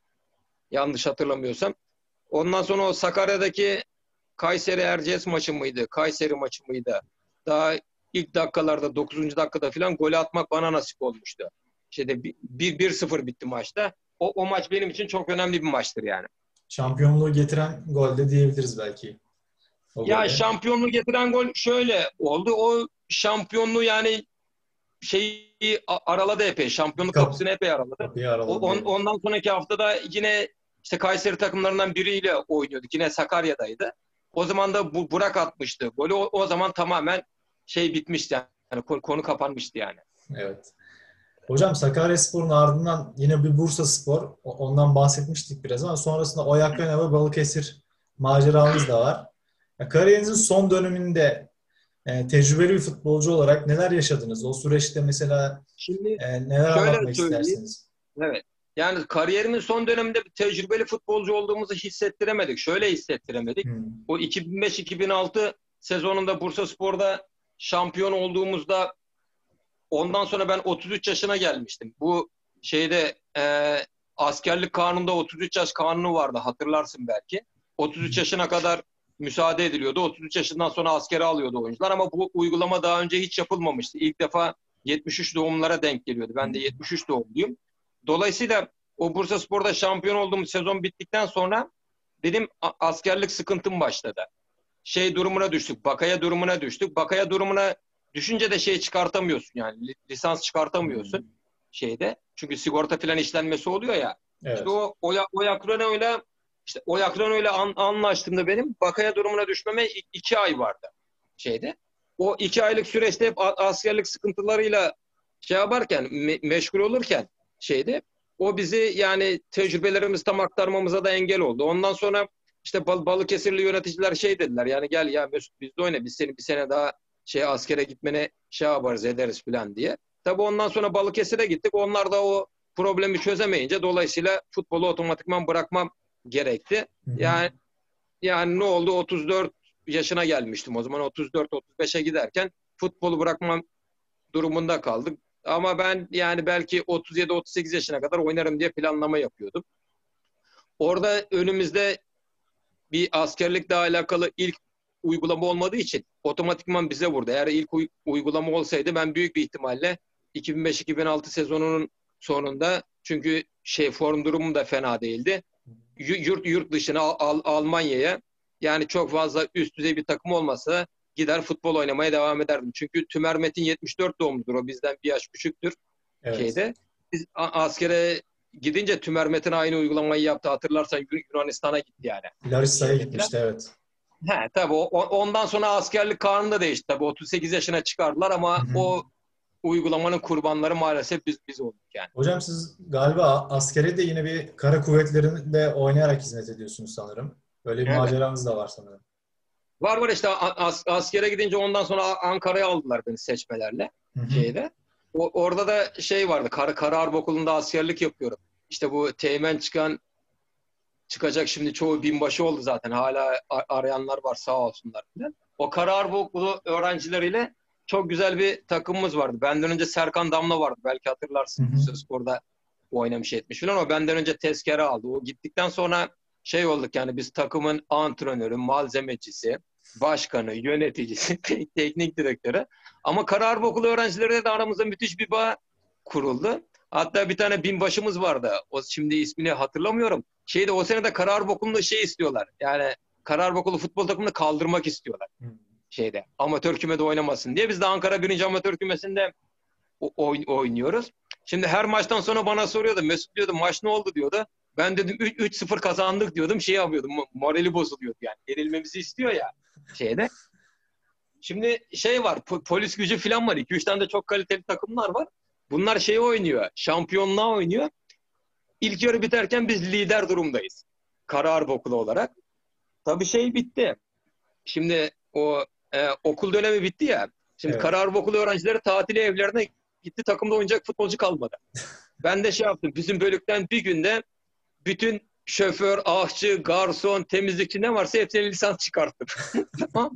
Yanlış hatırlamıyorsam. Ondan sonra o Sakarya'daki Kayseri Erciyes maçı mıydı? Kayseri maçı mıydı? Daha ilk dakikalarda dokuzuncu dakikada falan golü atmak bana nasip olmuştu. Şeyde bir bir sıfır bitti maçta. O, o maç benim için çok önemli bir maçtır yani. Şampiyonluğu getiren gol de diyebiliriz belki o Ya gole. şampiyonluğu getiren gol şöyle oldu. O şampiyonluğu yani şeyi araladı epey. Şampiyonluk Kap, kapısını epey araladı. kapıyı O, araladı on, diyelim. ondan sonraki haftada yine işte Kayseri takımlarından biriyle oynuyorduk. Yine Sakarya'daydı. O zaman da bu Burak atmıştı. Golü o, o zaman tamamen şey bitmişti yani. Konu, konu kapanmıştı yani. Evet. Hocam Sakaryaspor'un ardından yine bir Bursaspor. O- Ondan bahsetmiştik biraz ama sonrasında Oyaklene ve Balıkesir maceranız da var. Ya, kariyerinizin son döneminde e, tecrübeli bir futbolcu olarak neler yaşadınız? O süreçte mesela Şimdi e, neler şöyle anlatmak söyleyeyim. istersiniz? Evet. Yani kariyerimin son döneminde bir tecrübeli futbolcu olduğumuzu hissettiremedik. Şöyle hissettiremedik. Hmm. O iki bin beş iki bin altı sezonunda Bursaspor'da şampiyon olduğumuzda ondan sonra ben otuz üç yaşına gelmiştim. Bu şeyde e, askerlik kanununda otuz üç yaş kanunu vardı, hatırlarsın belki. otuz üç yaşına kadar müsaade ediliyordu. otuz üç yaşından sonra askere alıyordu oyuncular ama bu uygulama daha önce hiç yapılmamıştı. İlk defa yetmiş üç doğumlara denk geliyordu. Ben de yetmiş üç doğumluyum. Dolayısıyla o Bursaspor'da şampiyon olduğumuz sezon bittikten sonra benim askerlik sıkıntım başladı. Şey durumuna düştük. Bakaya durumuna düştük. Bakaya durumuna düşünce de şey çıkartamıyorsun yani. Lisans çıkartamıyorsun şeyde. Çünkü sigorta falan işlenmesi oluyor ya. İşte Evet. o o, o Yakrano'yla işte o Yakrano'yla an, anlaştığımda benim bakaya durumuna düşmeme iki ay vardı şeyde. O iki aylık süreçte hep askerlik sıkıntılarıyla şey yaparken me, meşgul olurken şeyde o bizi yani tecrübelerimizi tam aktarmamıza da engel oldu. Ondan sonra işte Bal Balıkesirli yöneticiler şey dediler yani gel ya Mesut bizde oyna biz seni bir sene daha şey askere gitmene şey yaparız ederiz falan diye. Tabii ondan sonra Balıkesir'e gittik. Onlar da o problemi çözemeyince dolayısıyla futbolu otomatikman bırakmam gerekti. Hı hı. Yani yani ne oldu? otuz dört yaşına gelmiştim o zaman. otuz dört otuz beşe giderken futbolu bırakmam durumunda kaldık. Ama ben yani belki otuz yedi otuz sekiz yaşına kadar oynarım diye planlama yapıyordum. Orada önümüzde bir askerlikle alakalı ilk uygulama olmadığı için otomatikman bize vurdu. Eğer ilk uygulama olsaydı ben büyük bir ihtimalle iki bin beş iki bin altı sezonunun sonunda çünkü şey form durumum da fena değildi. Yurt yurt dışına Al Al Almanya'ya yani çok fazla üst düzey bir takım olmasa gider futbol oynamaya devam ederdim. Çünkü Tümer Metin yetmiş dört doğumludur. O bizden bir yaş küçüktür Evet. şeyde. Biz askere gidince Tümer Metin aynı uygulamayı yaptı. Hatırlarsan Yunanistan'a gitti yani. Larissa'ya Şeyde falan. gitmişti, evet. He, tabii o, ondan sonra askerlik kanunu da değişti. Tabii otuz sekiz yaşına çıkardılar Hı ama hı. o uygulamanın kurbanları maalesef biz biz olduk yani. Hocam siz galiba askere de yine bir kara kuvvetlerinde oynayarak hizmet ediyorsunuz sanırım. Böyle bir Evet. maceranız da var sanırım. Var var işte as, askere gidince ondan sonra Ankara'ya aldılar beni seçmelerle Hı hı. şeyde. O, orada da şey vardı. Kar, Kara Harp Okulu'nda askerlik yapıyorum. İşte bu teğmen çıkan çıkacak şimdi çoğu binbaşı oldu zaten. Hala arayanlar var sağ olsunlar falan. O Kara Harp Okulu öğrencileriyle çok güzel bir takımımız vardı. Benden önce Serkan Damla vardı. Belki Hı hatırlarsın. hı. Bursaspor'da oynamış etmiş falan. O benden önce tezkere aldı. O gittikten sonra şey olduk yani biz takımın antrenörü, malzemecisi, başkanı, yöneticisi, teknik direktörü. Ama Kara Harp Okulu öğrencileriyle de aramızda müthiş bir bağ kuruldu. Hatta bir tane binbaşımız vardı. O şimdi ismini hatırlamıyorum. Şeyde o sene de Kara Harp Okulu'nda şey istiyorlar. Yani Kara Harp Okulu futbol takımını kaldırmak istiyorlar. Hı. Şeyde amatör kümede oynamasın diye. Biz de Ankara birinci Amatör Kümesi'nde oynuyoruz. Şimdi her maçtan sonra bana soruyordu. Mesut diyordu maç ne oldu diyordu. Ben dedim üç sıfır kazandık diyordum. Şey yapıyordum. Morali bozuluyordu yani. Yenilmemizi istiyor ya şeyde. Şimdi şey var. Polis gücü falan var. iki üç tane de çok kaliteli takımlar var. Bunlar şeyi oynuyor. Şampiyonluğa oynuyor. İlk yarı biterken biz lider durumdayız. Kara Harp Okulu olarak. Tabii şey bitti. Şimdi o e, okul dönemi bitti ya. Şimdi Kara Evet. Harp Okulu öğrencileri tatili evlerine gitti. Takımda oynayacak futbolcu kalmadı. Ben de şey yaptım. Bizim bölükten bir günde bütün şoför, ahçı, garson, temizlikçi ne varsa hepsine lisans çıkarttım. Tamam.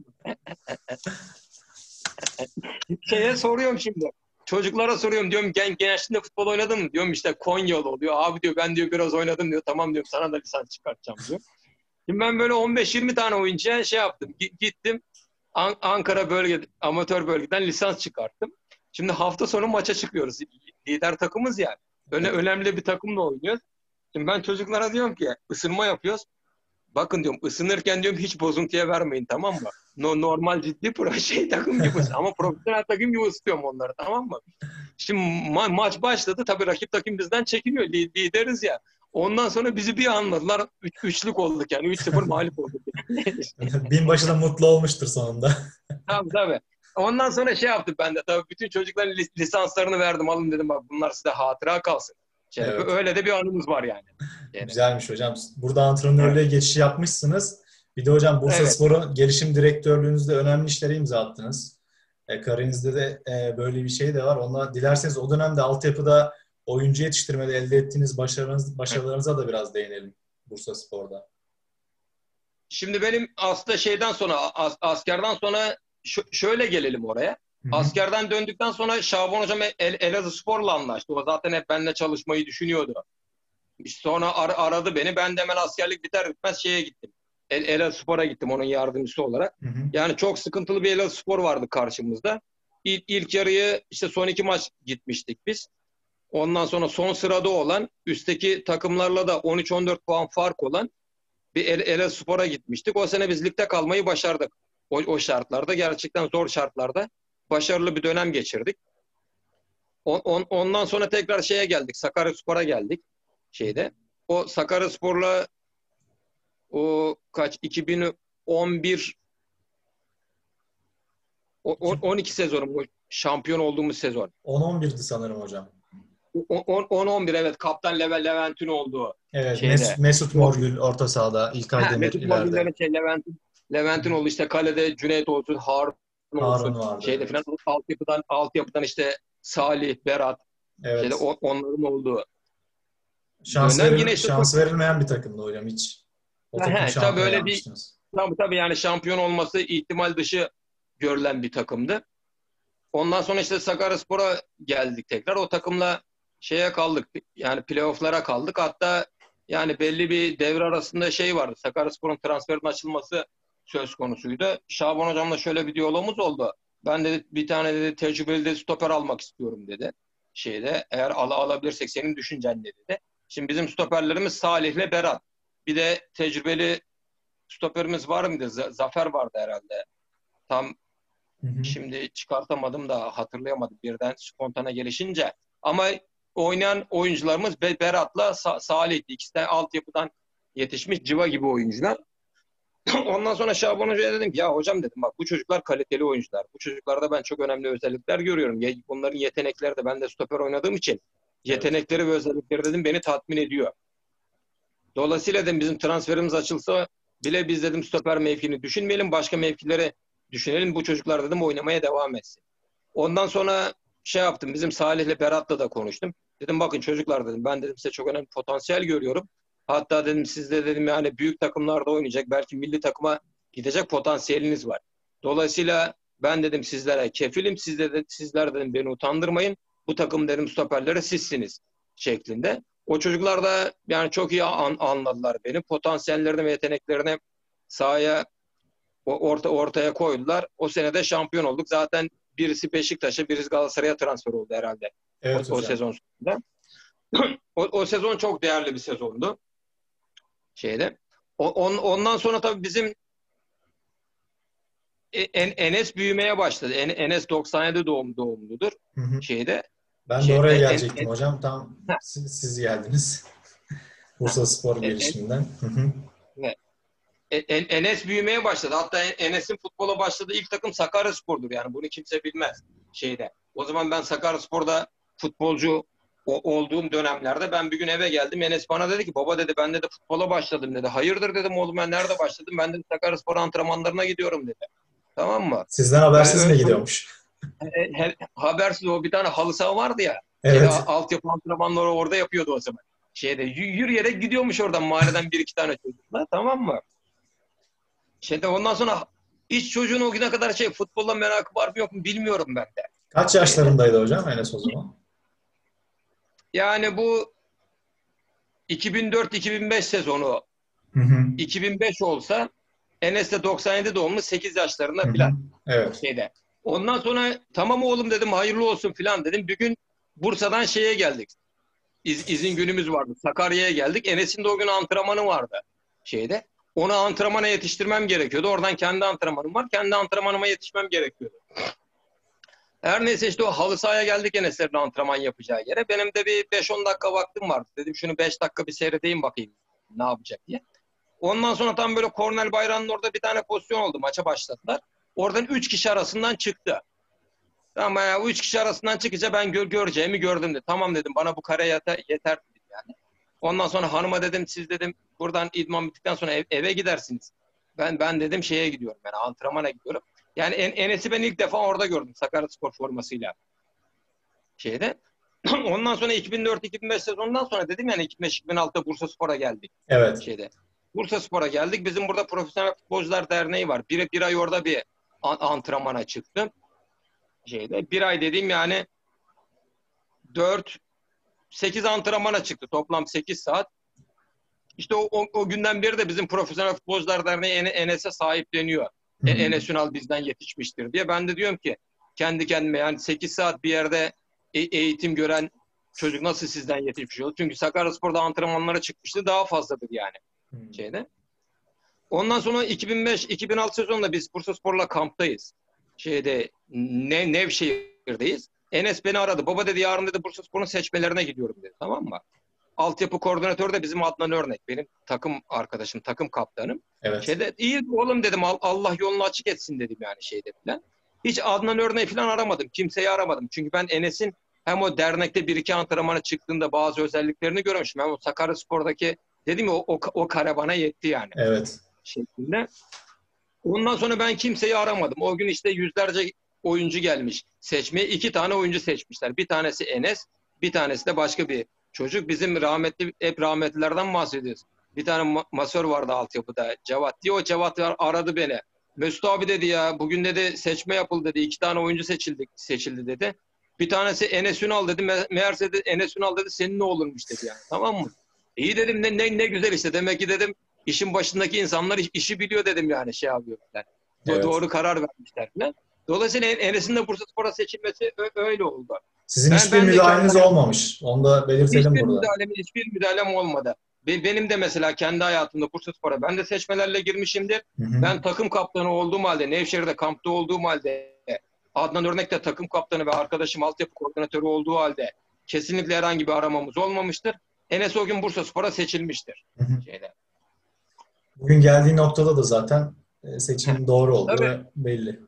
Şeye soruyorum şimdi. Çocuklara soruyorum diyorum gen gençliğinde futbol oynadın mı? Diyorum işte Konyalı oluyor. Abi diyor ben diyor biraz oynadım diyor. Tamam diyorum sana da lisans çıkartacağım diyor. Şimdi ben böyle on beş yirmi tane oyuncuya şey yaptım. Gittim. An- Ankara bölge, amatör bölgeden lisans çıkarttım. Şimdi hafta sonu maça çıkıyoruz. Lider takımız ya. Öne, önemli bir takımla oynuyoruz. Şimdi ben çocuklara diyorum ki ısınma yapıyoruz. Bakın diyorum ısınırken diyorum hiç bozuntuya vermeyin, tamam mı? No, normal ciddi pro şey takım gibi ısı- ama profesyonel takım gibi ısıtıyorum onları, tamam mı? Şimdi ma- maç başladı. Tabii rakip takım bizden çekiniyor. Li- lideriz ya. Ondan sonra bizi bir anladılar. Üç, üçlük olduk yani. Üç sıfır mağlup olduk. Binbaşı da mutlu olmuştur sonunda. Tabii tabii. Ondan sonra şey yaptım ben de. Tabii bütün çocukların lis- lisanslarını verdim. Alın dedim, bak bunlar size hatıra kalsın. Şey, Evet. öyle de bir anımız var yani. Yani. Güzelmiş hocam. Burada Evet. antrenörlüğe geçiş yapmışsınız. Bir de hocam Evet. Bursaspor'un gelişim direktörlüğünüzde önemli işlere imza attınız. E, kariyerinizde de e, böyle bir şey de var. Onunla dilerseniz o dönemde altyapıda oyuncu yetiştirmede elde ettiğiniz başarınız, başarılarınıza da biraz değinelim Bursaspor'da. Şimdi benim aslında şeyden sonra as- askerden sonra ş- şöyle gelelim oraya. Hı hı. Askerden döndükten sonra Şaban hocam El Elazığspor'la anlaştı. O zaten hep benimle çalışmayı düşünüyordu. İşte sonra ar- aradı beni. Ben de hemen askerlik biter bitmez şeye gittim. El Elazığspor'a gittim onun yardımcısı olarak. Hı hı. Yani çok sıkıntılı bir Elazığspor vardı karşımızda. İlk, ilk yarıyı işte son iki maç gitmiştik biz. Ondan sonra son sırada olan üstteki takımlarla da on üç on dört puan fark olan bir El Elazığspor'a gitmiştik. O sene biz ligde kalmayı başardık. O, o şartlarda gerçekten zor şartlarda başarılı bir dönem geçirdik. On, on, ondan sonra tekrar şeye geldik. Sakaryaspor'a geldik şeyde. O Sakaryaspor'la o kaç iki bin on bir o, o- on iki sezonum o şampiyon olduğumuz sezon. on on birdi sanırım hocam. on on bir evet, kaptan Leve Levent'in olduğu Evet, Mes şeyde. Mesut O, Morgül orta sahada, İlkay ha, Demir Mesut ileride. Morgüller'in şey Levent'in Hı Levent'in hı. oldu işte kalede Cüneyt olsun, Harun Harun olsun. vardı, Şeyde falan evet. altyapıdan altyapıdan işte Salih, Berat şeyde Evet. o, onların olduğu Şans dönem yine veril işte çok şans verilmeyen bir takımdı hocam hiç. O takım he, tabii şampiyon öyle bir yapmıştınız. tabii tabii yani şampiyon olması ihtimal dışı görülen bir takımdı. Ondan sonra işte Sakaryaspor'a geldik tekrar. O takımla şeye kaldık. Yani playoff'lara kaldık. Hatta yani belli bir devre arasında şey vardı. Sakaryaspor'un transferinin açılması söz konusuydu. Şaban hocamla şöyle bir diyalogumuz oldu. Ben dedi bir tane dedi tecrübeli de stoper almak istiyorum dedi. Şeyde eğer al alabilirsek senin düşüncen ne dedi. Şimdi bizim stoperlerimiz Salih'le Berat. Bir de tecrübeli stoperimiz var mıydı? Z Zafer vardı herhalde. Tam Hı hı. şimdi çıkartamadım da hatırlayamadım birden spontane gelişince. Ama oynayan oyuncularımız Berat'la Sa Salih'ti. İkisi de altyapıdan yetişmiş civa gibi oyuncular. Ondan sonra Şaban Hoca'ya dedim ki ya hocam dedim bak bu çocuklar kaliteli oyuncular. Bu çocuklarda ben çok önemli özellikler görüyorum. Bunların yetenekleri de ben de stoper oynadığım için Evet. yetenekleri ve özellikleri dedim beni tatmin ediyor. Dolayısıyla dedim bizim transferimiz açılsa bile biz dedim stoper mevkini düşünmeyelim. Başka mevkileri düşünelim. Bu çocuklar dedim oynamaya devam etsin. Ondan sonra şey yaptım. Bizim Salih'le Berat'la da konuştum. Dedim bakın çocuklar dedim ben dedim size çok önemli potansiyel görüyorum. Hatta dedim sizde dedim yani büyük takımlarda oynayacak belki milli takıma gidecek potansiyeliniz var. Dolayısıyla ben dedim sizlere kefilim. Siz de, sizler dedim beni utandırmayın. Bu takım dedim stoperleri sizsiniz şeklinde. O çocuklar da yani çok iyi an, anladılar beni. Potansiyellerini ve yeteneklerini sahaya orta, ortaya koydular. O sene de şampiyon olduk. Zaten birisi Beşiktaş'a, birisi Galatasaray'a transfer oldu herhalde o, Evet o hocam. sezon sonunda. o, o sezon çok değerli bir sezondu şeyde. O, on, ondan sonra tabii bizim en, Enes büyümeye başladı. En, Enes doksan yedi doğum doğumludur Hı hı. şeyde. Ben de Şey, oraya en, gelecektim en, hocam. Tam siz, siz geldiniz. Bursaspor en, gelişiminden. Hı hı. en, En- Enes büyümeye başladı. Hatta Enes'in futbola başladığı ilk takım Sakaryaspor'dur. Yani bunu kimse bilmez şeyde. O zaman ben Sakaryaspor'da futbolcu o- olduğum dönemlerde ben bir gün eve geldim. Enes bana dedi ki baba dedi ben de futbola başladım dedi. Hayırdır dedim oğlum ben nerede başladım? Ben de Sakaryaspor antrenmanlarına gidiyorum dedi. Tamam mı? Sizden Ben habersiz mi öyle gidiyormuş? he- he- habersiz o bir tane halı saha vardı ya. Şeyde Evet. altyapı antrenmanları orada yapıyordu o zaman. Şeyde y- yürüyerek gidiyormuş oradan mahalleden bir iki tane çocukla tamam mı? Şeyde ondan sonra hiç çocuğun o güne kadar şey futbolla merakı var mı yok mu bilmiyorum ben de. Kaç Şeyde. yaşlarındaydı hocam Enes o zaman? Yani bu iki bin dört iki bin beş sezonu Hı hı. iki bin beş olsa Enes de doksan yedi doğumlu, sekiz yaşlarında Hı hı. filan Evet. şeyde. Ondan sonra tamam oğlum dedim, hayırlı olsun filan dedim. Bir gün Bursa'dan şeye geldik. İz, izin günümüz vardı. Sakarya'ya geldik. Enes'in de o gün antrenmanı vardı şeyde. Onu antrenmana yetiştirmem gerekiyordu. Oradan kendi antrenmanım var. Kendi antrenmanıma yetişmem gerekiyordu. Her neyse işte o halı sahaya geldik Enes'lerin antrenman yapacağı yere. Benim de bir beş on dakika vaktim vardı. Dedim şunu beş dakika bir seyredeyim bakayım ne yapacak diye. Ondan sonra tam böyle Kornel Bayram'ın orada bir tane pozisyon oldu. Maça başladılar. Oradan üç kişi arasından çıktı. Tamam ya, üç kişi arasından çıkınca ben gör, göreceğimi gördüm de. Tamam dedim, bana bu kare yeter, yeter dedim yani. Ondan sonra hanıma dedim, siz dedim buradan idman bittikten sonra ev, eve gidersiniz. Ben ben dedim şeye gidiyorum, yani antrenmana gidiyorum. Yani en, Enes'i ben ilk defa orada gördüm Sakaryaspor formasıyla şeyde. Ondan sonra iki bin dört iki bin beş sezonundan sonra dedim yani iki bin beş iki bin altıda Bursaspor'a geldik Evet. şeyde. Bursaspor'a geldik. Bizim burada Profesyonel Futbolcular Derneği var. Bir, bir ay orada bir antrenmana çıktım. Şeyde. Bir ay dediğim yani dört sekiz antrenmana çıktı. Toplam sekiz saat. İşte o, o, o günden beri de bizim Profesyonel Futbolcular Derneği Enes'e sahipleniyor. Hı E, hı. Enes Ünal bizden yetişmiştir diye. Ben de diyorum ki kendi kendime yani sekiz saat bir yerde e, eğitim gören çocuk nasıl sizden yetişmiş olur? Çünkü Sakaryaspor'da antrenmanlara çıkmıştı. Daha fazladır yani Hı. şeyde. Ondan sonra iki bin beş iki bin altı sezonunda biz Bursaspor'la kamptayız. Şeyde ne Nevşehir'deyiz. Enes beni aradı. Baba dedi yarın dedi Bursaspor'un seçmelerine gidiyorum dedi. Tamam mı? Altyapı koordinatörü de bizim Adnan Örnek. Benim takım arkadaşım, takım kaptanım. Evet. Şeyde iyi oğlum dedim, Allah yolunu açık etsin dedim yani şeyde falan. Hiç Adnan Örnek falan aramadım. Kimseyi aramadım. Çünkü ben Enes'in hem o dernekte bir iki antrenmana çıktığında bazı özelliklerini görmüşüm. Hem o Sakaryaspor'daki dedim ya o, o, o kare bana yetti yani Evet. şeklinde. Ondan sonra ben kimseyi aramadım. O gün işte yüzlerce oyuncu gelmiş seçmeye. İki tane oyuncu seçmişler. Bir tanesi Enes, bir tanesi de başka bir çocuk. Bizim rahmetli, hep rahmetlilerden bahsediyoruz. Bir tane ma- masör vardı altyapıda, Cevat diye. O Cevat aradı beni. Mesut abi dedi ya, bugün dedi seçme yapıldı dedi. İki tane oyuncu seçildi, seçildi dedi. Bir tanesi Enes Ünal dedi. Me- meğerse de Enes Ünal dedi senin ne olurmuş dedi yani. Tamam mı? İyi dedim, ne, ne, ne güzel işte. Demek ki dedim işin başındaki insanlar iş- işi biliyor dedim yani şey yapıyorlar. Do- Evet. doğru karar vermişler falan. Dolayısıyla En- Enes'in de Bursaspor'a seçilmesi ö- öyle oldu. Sizin Ben hiçbir ben de kendi müdahaleniz olmamış. Onu da belirtelim hiçbir burada. müdahalem hiçbir müdahalem olmadı. Be- Benim de mesela kendi hayatımda Bursaspor'a ben de seçmelerle girmişimdir. Hı hı. Ben takım kaptanı olduğum halde, Nevşehir'de kampta olduğum halde, Adnan Örnek de takım kaptanı ve arkadaşım altyapı koordinatörü olduğu halde kesinlikle herhangi bir aramamız olmamıştır. Enes o gün Bursaspor'a seçilmiştir. Hı hı. Şeyde. Bugün geldiği noktada da zaten e, seçimin doğru olduğu Tabii. ve belli.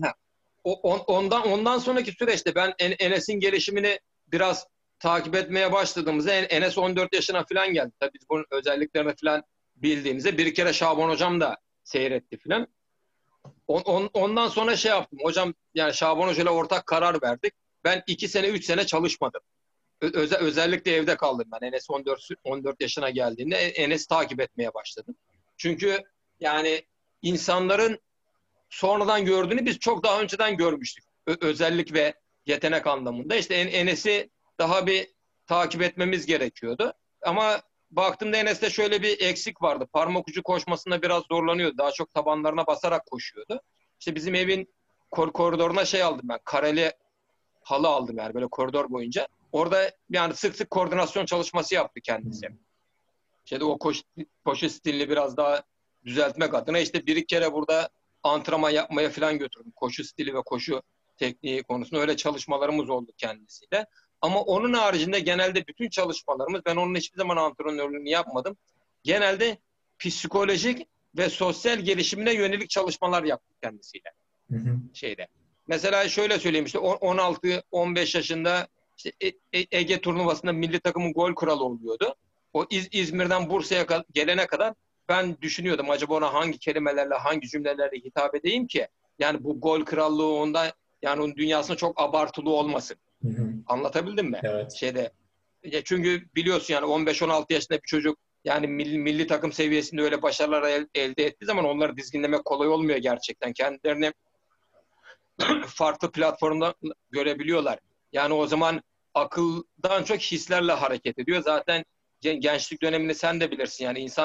O, on- ondan ondan sonraki süreçte ben En- Enes'in gelişimini biraz takip etmeye başladığımızda En- Enes on dört yaşına falan geldi. Tabii biz bunun özelliklerini falan bildiğimizde bir kere Şaban hocam da seyretti falan. On, on- ondan sonra şey yaptım. Hocam yani Şaban hocayla ortak karar verdik. Ben iki sene üç sene çalışmadım. Ö- öze- özellikle evde kaldım ben. Enes on dört on dört yaşına geldiğinde E- Enes'i takip etmeye başladım. Çünkü yani insanların sonradan gördüğünü biz çok daha önceden görmüştük. Ö- özellik ve yetenek anlamında. İşte En- Enes'i daha bir takip etmemiz gerekiyordu. Ama baktığımda Enes'te şöyle bir eksik vardı. Parmak ucu koşmasında biraz zorlanıyordu. Daha çok tabanlarına basarak koşuyordu. İşte bizim evin kor koridoruna şey aldım ben. Kareli halı aldım yani böyle koridor boyunca. Orada yani sık sık koordinasyon çalışması yaptı kendisi. İşte o koşu, koşu stilini biraz daha düzeltmek adına işte bir iki kere burada antrenman yapmaya falan götürdüm. Koşu stili ve koşu tekniği konusunda öyle çalışmalarımız oldu kendisiyle. Ama onun haricinde genelde bütün çalışmalarımız, ben onun hiçbir zaman antrenörlüğünü yapmadım. Genelde psikolojik ve sosyal gelişimine yönelik çalışmalar yaptık kendisiyle Hı hı. şeyde. Mesela şöyle söyleyeyim işte on altı on beş yaşında işte E- E- Ege turnuvasında milli takımın gol kuralı oluyordu. O İz- İzmir'den Bursa'ya gelene kadar ben düşünüyordum acaba ona hangi kelimelerle, hangi cümlelerle hitap edeyim ki yani bu gol krallığı onda yani onun dünyasında çok abartılı olmasın. Hı hı. Anlatabildim mi? Evet. Şeyde. Ya çünkü biliyorsun yani on beş on altı yaşında bir çocuk yani milli, milli takım seviyesinde öyle başarılar el- elde ettiği zaman onları dizginlemek kolay olmuyor gerçekten. Kendilerini farklı platformda görebiliyorlar. Yani o zaman akıldan çok hislerle hareket ediyor. Zaten gençlik dönemini sen de bilirsin. Yani insan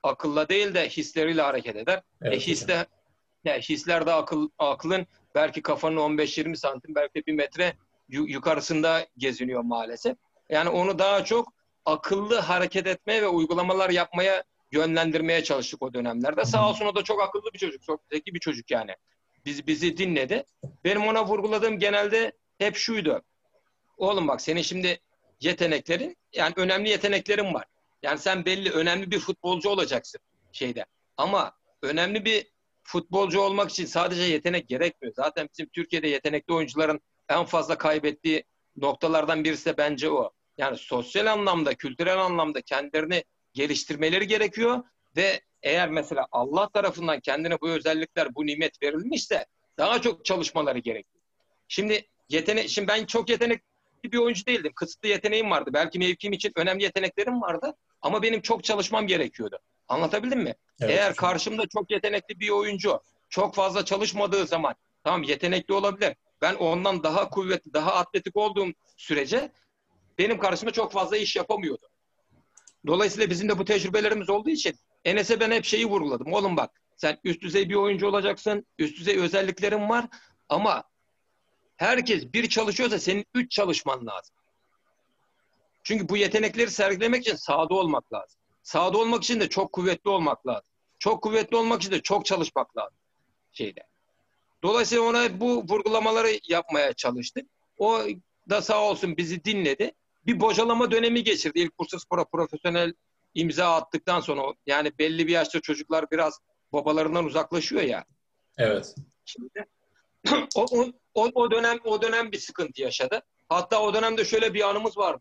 akılla değil de hisleriyle hareket eder. Evet, E hisle, ya hisler de akıl, aklın belki kafanın on beş yirmi santim, belki de bir metre yukarısında geziniyor maalesef. Yani onu daha çok akıllı hareket etmeye ve uygulamalar yapmaya yönlendirmeye çalıştık o dönemlerde. Hı Sağ hı. olsun, o da çok akıllı bir çocuk, çok zeki bir çocuk yani. Biz, bizi dinledi. Benim ona vurguladığım genelde hep şuydu. Oğlum bak, senin şimdi yeteneklerin, yani önemli yeteneklerin var. Yani sen belli önemli bir futbolcu olacaksın şeyde. Ama önemli bir futbolcu olmak için sadece yetenek gerekmiyor. Zaten bizim Türkiye'de yetenekli oyuncuların en fazla kaybettiği noktalardan birisi de bence o. Yani sosyal anlamda, kültürel anlamda kendilerini geliştirmeleri gerekiyor ve eğer mesela Allah tarafından kendine bu özellikler, bu nimet verilmişse daha çok çalışmaları gerekiyor. Şimdi yetenek, şimdi ben çok yetenekli bir oyuncu değildim. Kısıtlı yeteneğim vardı. Belki mevkim için önemli yeteneklerim vardı. Ama benim çok çalışmam gerekiyordu. Anlatabildim mi? Evet Eğer hocam. karşımda çok yetenekli bir oyuncu çok fazla çalışmadığı zaman, tamam, yetenekli olabilir. Ben ondan daha kuvvetli, daha atletik olduğum sürece benim karşımda çok fazla iş yapamıyordu. Dolayısıyla bizim de bu tecrübelerimiz olduğu için Enes'e ben hep şeyi vurguladım. Oğlum bak, sen üst düzey bir oyuncu olacaksın. Üst düzey özelliklerin var. Ama herkes bir çalışıyorsa senin üç çalışman lazım. Çünkü bu yetenekleri sergilemek için sahada olmak lazım. Sahada olmak için de çok kuvvetli olmak lazım. Çok kuvvetli olmak için de çok çalışmak lazım şeyde. Dolayısıyla ona bu vurgulamaları yapmaya çalıştık. O da sağ olsun bizi dinledi. Bir bocalama dönemi geçirdi. İlk Bursaspor'a profesyonel imza attıktan sonra, yani belli bir yaşta çocuklar biraz babalarından uzaklaşıyor ya. Evet. Şimdi o, o, o dönem o dönem bir sıkıntı yaşadı. Hatta o dönemde şöyle bir anımız vardı.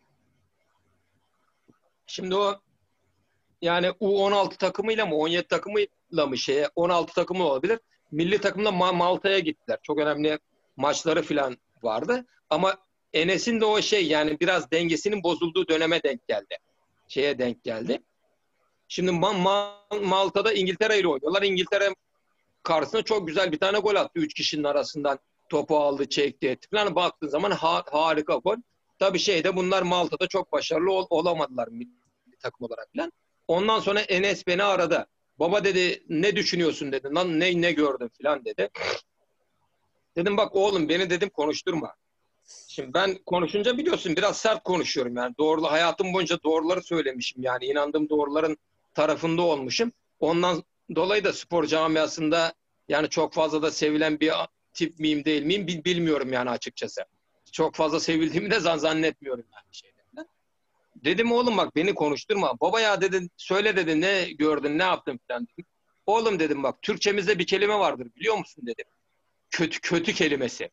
Şimdi o, yani U on altı takımıyla mı on yedi takımıyla mı şeye, on altı takımı olabilir. Milli takımla Ma- Malta'ya gittiler. Çok önemli maçları falan vardı. Ama Enes'in de o şey, yani biraz dengesinin bozulduğu döneme denk geldi. Şeye denk geldi. Şimdi Ma- Ma- Malta'da İngiltere ile oynuyorlar. İngiltere karşısına çok güzel bir tane gol attı. Üç kişinin arasından topu aldı, çekti, etti falan. Baktığın zaman ha- harika gol. Tabii şeyde, bunlar Malta'da çok başarılı ol- olamadılar milli takım olarak falan. Ondan sonra Enes beni aradı. Baba dedi, ne düşünüyorsun dedi. Lan ne ne gördün falan dedi. Dedim bak oğlum, beni dedim konuşturma. Şimdi ben konuşunca biliyorsun biraz sert konuşuyorum yani. Doğru, hayatım boyunca doğruları söylemişim yani. İnandığım doğruların tarafında olmuşum. Ondan dolayı da spor camiasında yani çok fazla da sevilen bir tip miyim değil miyim bilmiyorum yani açıkçası. Çok fazla sevildiğimi de zannetmiyorum yani şeyden. Dedim oğlum bak, beni konuşturma. Baba ya dedin, söyle dedi, ne gördün, ne yaptın falan dedim. Oğlum dedim bak, Türkçemizde bir kelime vardır biliyor musun dedim. Kötü kötü kelimesi.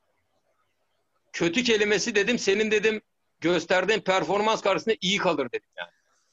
Kötü kelimesi dedim, senin dedim gösterdiğin performans karşısında iyi kalır dedim yani.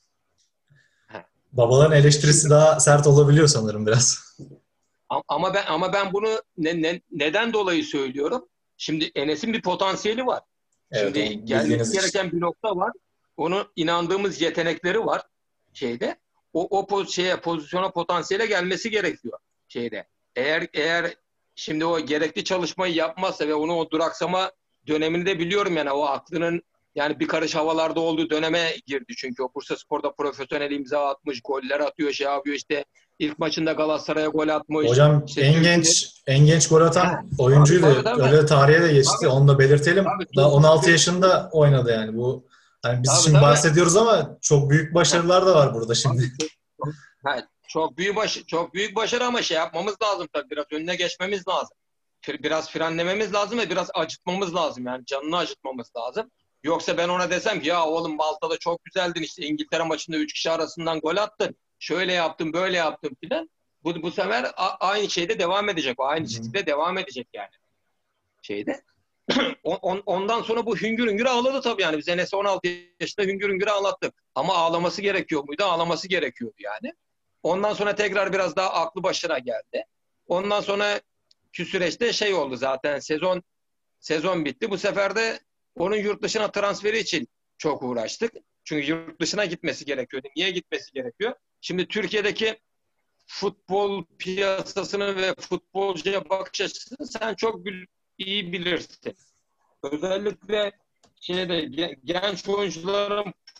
Babaların eleştirisi Şimdi daha sert olabiliyor sanırım biraz. ama ben ama ben bunu ne, ne, neden dolayı söylüyorum? Şimdi Enes'in bir potansiyeli var. Evet, Şimdi onu gelmesi bildiğiniz için. gereken bir nokta var. Onun inandığımız yetenekleri var şeyde. O, o poz, şeye, pozisyona, potansiyele gelmesi gerekiyor şeyde. Eğer eğer şimdi o gerekli çalışmayı yapmazsa ve onu o duraksama dönemini de biliyorum yani, o aklının yani bir karış havalarda olduğu döneme girdi. Çünkü o Bursaspor'da profesyonel imza atmış, goller atıyor, şey yapıyor işte. İlk maçında Galatasaray'a gol atmış. Hocam İşte en Türkiye. genç en genç gol Ha, atan tabii tabii oyuncuydu. tabii. Öyle tarihe de geçti. Tabii Onu da belirtelim. tabii. Daha on altı Türk, Türk, yaşında oynadı yani bu. Yani biz tabii şimdi tabii. bahsediyoruz ama çok büyük Ha, başarılar da var burada şimdi. tabii çok, çok, ha, çok büyük baş, çok büyük başarı ama şey yapmamız lazım tabii, biraz önüne geçmemiz lazım. Biraz frenlememiz lazım ve biraz acıtmamız lazım yani, canını acıtmamız lazım. Yoksa ben ona desem ki ya oğlum Malta'da çok güzeldin, işte İngiltere maçında üç kişi arasından gol attın. Şöyle yaptın, böyle yaptın filan. Bu, bu sefer a, aynı şeyde devam edecek. O Hı aynı hı. şekilde devam edecek yani şeyde. On, ondan sonra bu hüngür hüngür ağladı tabii yani. Biz Enes'e on altı yaşında hüngür hüngür ağlattık. Ama ağlaması gerekiyor muydu? Ağlaması gerekiyordu yani. Ondan sonra tekrar biraz daha aklı başına geldi. Ondan sonra şu süreçte şey oldu zaten, sezon sezon bitti. Bu sefer de onun yurt dışına transferi için çok uğraştık. Çünkü yurt dışına gitmesi gerekiyordu. Niye gitmesi gerekiyor? Şimdi Türkiye'deki futbol piyasasını ve futbolcuya bakış açısını sen çok iyi bilirsin. Özellikle şeyde genç oyuncuların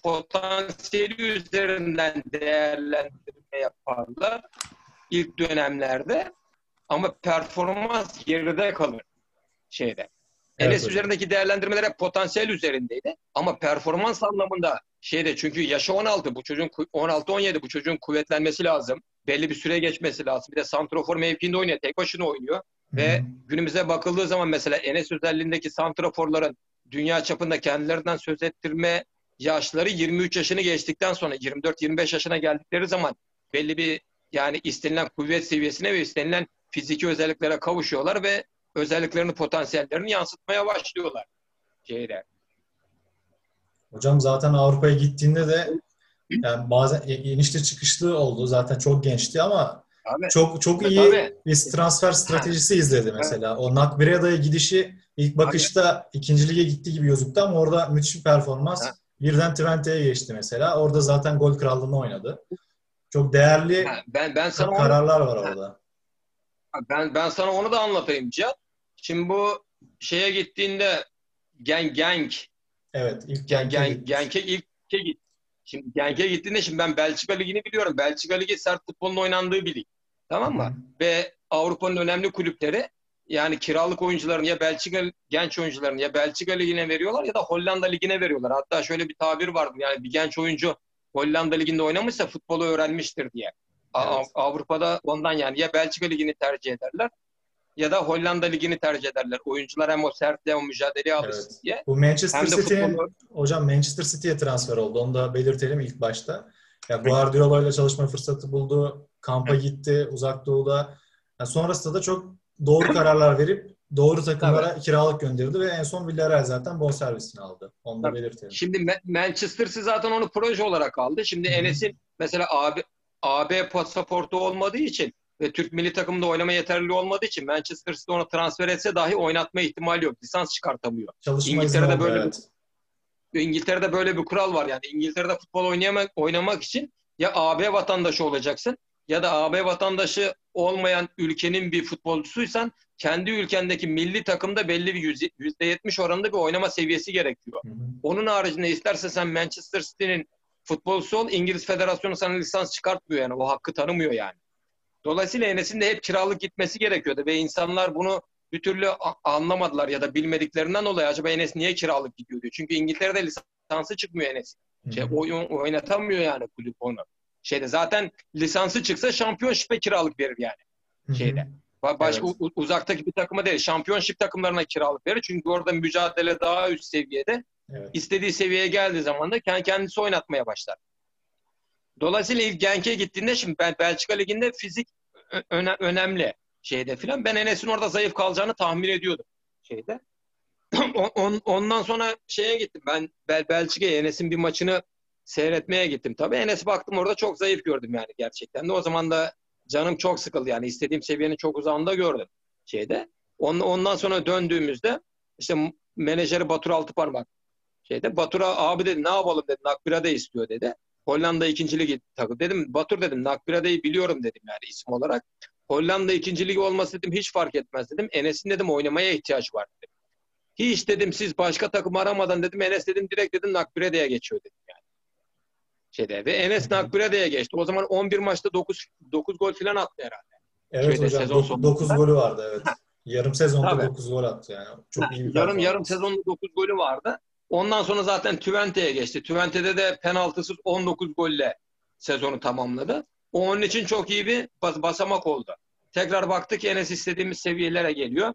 potansiyeli üzerinden değerlendirme yaparlar ilk dönemlerde. Ama performans geride kalır şeyde. Evet Enes hocam. üzerindeki değerlendirmeler hep potansiyel üzerindeydi. Ama performans anlamında şeyde, çünkü yaşı on altı, bu çocuğun on altı on yedi, bu çocuğun kuvvetlenmesi lazım. Belli bir süre geçmesi lazım. Bir de santrafor mevkiinde oynuyor. Tek başına oynuyor. Hı hı. Ve günümüze bakıldığı zaman mesela Enes özelliğindeki santraforların dünya çapında kendilerinden söz ettirme yaşları yirmi üç yaşını geçtikten sonra yirmi dört yirmi beş yaşına geldikleri zaman belli bir, yani istenilen kuvvet seviyesine ve istenilen fiziki özelliklere kavuşuyorlar ve özelliklerini, potansiyellerini yansıtmaya başlıyorlar şeyler. Hocam zaten Avrupa'ya gittiğinde de yani bazen inişli çıkışlı oldu. Zaten çok gençti ama Abi, çok çok ve iyi tabii, bir transfer stratejisi izledi mesela. O Nakbireda'ya gidişi ilk abi, bakışta ikinci lige gitti gibi gözüktü ama orada müthiş bir performans. Birden Twente'ye geçti mesela. Orada zaten gol krallığını oynadı. Çok değerli ben ben sana onu kararlar var orada. ben ben sana onu da anlatayım Cihat. Şimdi bu şeye gittiğinde Gen Genk Evet, ilk Gen, Genk'e Gen, gitmiş. Genk'e ilk git. Şimdi Genk'e gittiğinde, şimdi ben Belçika Ligi'ni biliyorum. Belçika Ligi sert futbolun oynandığı bir lig. Hı Tamam mı? hı. Ve Avrupa'nın önemli kulüpleri yani kiralık oyuncularını ya Belçika genç oyuncularını ya Belçika Ligi'ne veriyorlar ya da Hollanda Ligi'ne veriyorlar. Hatta şöyle bir tabir vardı. Yani bir genç oyuncu Hollanda Ligi'nde oynamışsa futbolu öğrenmiştir diye. A- Evet. Avrupa'da ondan, yani ya Belçika Ligi'ni tercih ederler ya da Hollanda Ligi'ni tercih ederler. Oyuncular hem o sertliğe, o mücadeleye alışsın Evet. diye. Bu Manchester Hem de futbolu. City'nin hocam Manchester City'ye transfer oldu. Onu da belirtelim ilk başta. Ya Guardiola ile çalışma fırsatı buldu. Kampa gitti Uzak Doğu'da. Ya sonrasında da çok doğru kararlar verip doğru Tabii. takımlara kiralık gönderdi ve en son Villarreal zaten bonservisini aldı. Onu da Tabii. belirtelim. Şimdi Ma- Manchester City zaten onu proje olarak aldı. Şimdi Hı hı. Enes'in mesela A B, A B pasaportu olmadığı için ve Türk milli takımında oynama yeterliliği olmadığı için Manchester City onu transfer etse dahi oynatma ihtimali yok. Lisans çıkartamıyor. Çalışma izni İngiltere'de olmuyor, böyle bir evet. İngiltere'de böyle bir kural var. Yani İngiltere'de futbol oynayamak, oynamak için ya A B vatandaşı olacaksın ya da A B vatandaşı olmayan ülkenin bir futbolcusuysan kendi ülkendeki milli takımda belli bir yüzde yetmiş oranında bir oynama seviyesi gerekiyor. Hı hı. Onun haricinde istersen sen Manchester City'nin futbolcusu ol, İngiliz Federasyonu sana lisans çıkartmıyor, yani o hakkı tanımıyor yani. Dolayısıyla Enes'in de hep kiralık gitmesi gerekiyordu ve insanlar bunu bir türlü anlamadılar ya da bilmediklerinden dolayı acaba Enes niye kiralık gidiyor diyor. Çünkü İngiltere'de lisansı çıkmıyor Enes. Hı Şey, hı. oyun oynatamıyor yani kulüp onu. Şeyde zaten lisansı çıksa şampiyonşipe kiralık verir yani Hı hı. şeyde. Başka Evet. uzaktaki bir takıma değil, şampiyonşip takımlarına kiralık verir. Çünkü orada mücadele daha üst seviyede. Evet. İstediği seviyeye geldiği zaman da kendisi oynatmaya başlar. Dolayısıyla ilk Genk'e gittiğinde, şimdi ben Belçika Ligi'nde fizik öne, önemli şeyde filan. Ben Enes'in orada zayıf kalacağını tahmin ediyordum şeyde. On, ondan sonra şeye gittim. Ben Bel Belçika'ya Enes'in bir maçını seyretmeye gittim. Tabii Enes'i baktım orada çok zayıf gördüm yani gerçekten de. O zaman da canım çok sıkıldı yani istediğim seviyenin çok uzağında gördüm şeyde. On, ondan sonra döndüğümüzde işte menajeri Batur Altıparmak şeyde. Batur'a abi dedi ne yapalım dedi. Nakbirade istiyor dedi. Hollanda ikinci ligi takım. Dedim Batur dedim Nakbirade'yi biliyorum dedim yani isim olarak. Hollanda ikinci ligi olması dedim hiç fark etmez dedim. Enes'in dedim oynamaya ihtiyaç var dedim. Hiç dedim siz başka takım aramadan dedim Enes dedim direkt dedim Nakbirade'ye geçiyor dedim yani. Şeyde. Ve Hı Enes hı. Nakbirade'ye geçti. O zaman on bir maçta dokuz dokuz gol falan attı herhalde. Evet Şeyde hocam, sezon dokuz sonunda. golü vardı, evet. Yarım sezonda Tabii. dokuz gol attı yani. Çok iyi bir Yarım yarım performans. sezonda dokuz golü vardı. Ondan sonra zaten Twente'ye geçti. Twente'de de penaltısız on dokuz golle sezonu tamamladı. O onun için çok iyi bir bas basamak oldu. Tekrar baktık Enes istediğimiz seviyelere geliyor.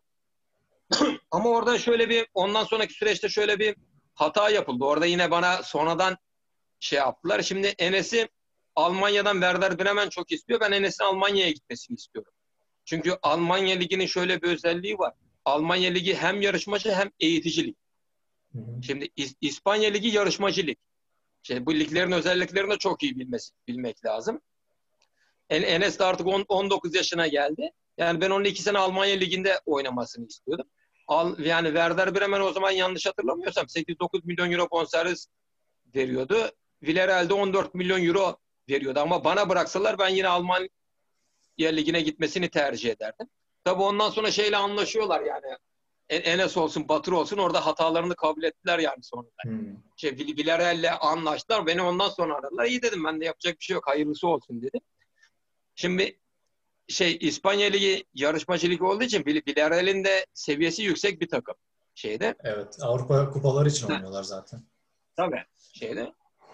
Ama orada şöyle bir, ondan sonraki süreçte şöyle bir hata yapıldı. Orada yine bana sonradan şey yaptılar. Şimdi Enes'i Almanya'dan Werder Bremen çok istiyor. Ben Enes'in Almanya'ya gitmesini istiyorum. Çünkü Almanya Ligi'nin şöyle bir özelliği var. Almanya Ligi hem yarışmacı hem eğiticilik. Hı hı. Şimdi İs- İspanya Ligi yarışmacı lig. Şey, bu liglerin özelliklerini de çok iyi bilmesi, bilmek lazım. En, Enes de artık on, on dokuz yaşına geldi. Yani ben onun iki sene Almanya Ligi'nde oynamasını istiyordum. Al, yani Werder Bremen o zaman yanlış hatırlamıyorsam sekiz dokuz milyon euro bonservis veriyordu. Villarreal'de on dört milyon euro veriyordu. Ama bana bıraksalar ben yine Almanya Ligine gitmesini tercih ederdim. Tabii ondan sonra şeyle anlaşıyorlar yani. Enes olsun, Batur olsun orada hatalarını kabul ettiler yani sonunda. Hmm. Şey, Villarreal'le anlaştılar. Beni ondan sonra aradılar. İyi dedim, ben de yapacak bir şey yok. Hayırlısı olsun dedim. Şimdi şey İspanya Ligi yarışmacı ligi olduğu için Villarreal'in de seviyesi yüksek bir takım şeyde. Evet. Avrupa kupaları için oynuyorlar zaten. Tabii şeyde.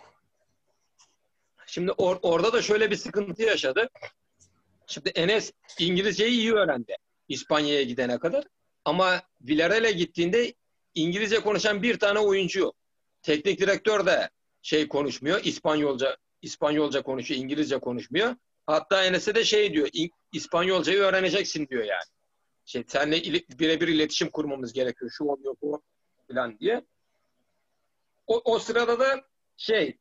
Şimdi or- orada da şöyle bir sıkıntı yaşadı. Şimdi Enes İngilizceyi iyi öğrendi İspanya'ya gidene kadar. Ama Villarreal'e gittiğinde İngilizce konuşan bir tane oyuncu yok. Teknik direktör de şey konuşmuyor. İspanyolca İspanyolca konuşuyor, İngilizce konuşmuyor. Hatta Enes'e de şey diyor, İspanyolcayı öğreneceksin diyor yani. Şey, seninle il- birebir iletişim kurmamız gerekiyor. Şu oluyor bu falan diye. O, o sırada da şey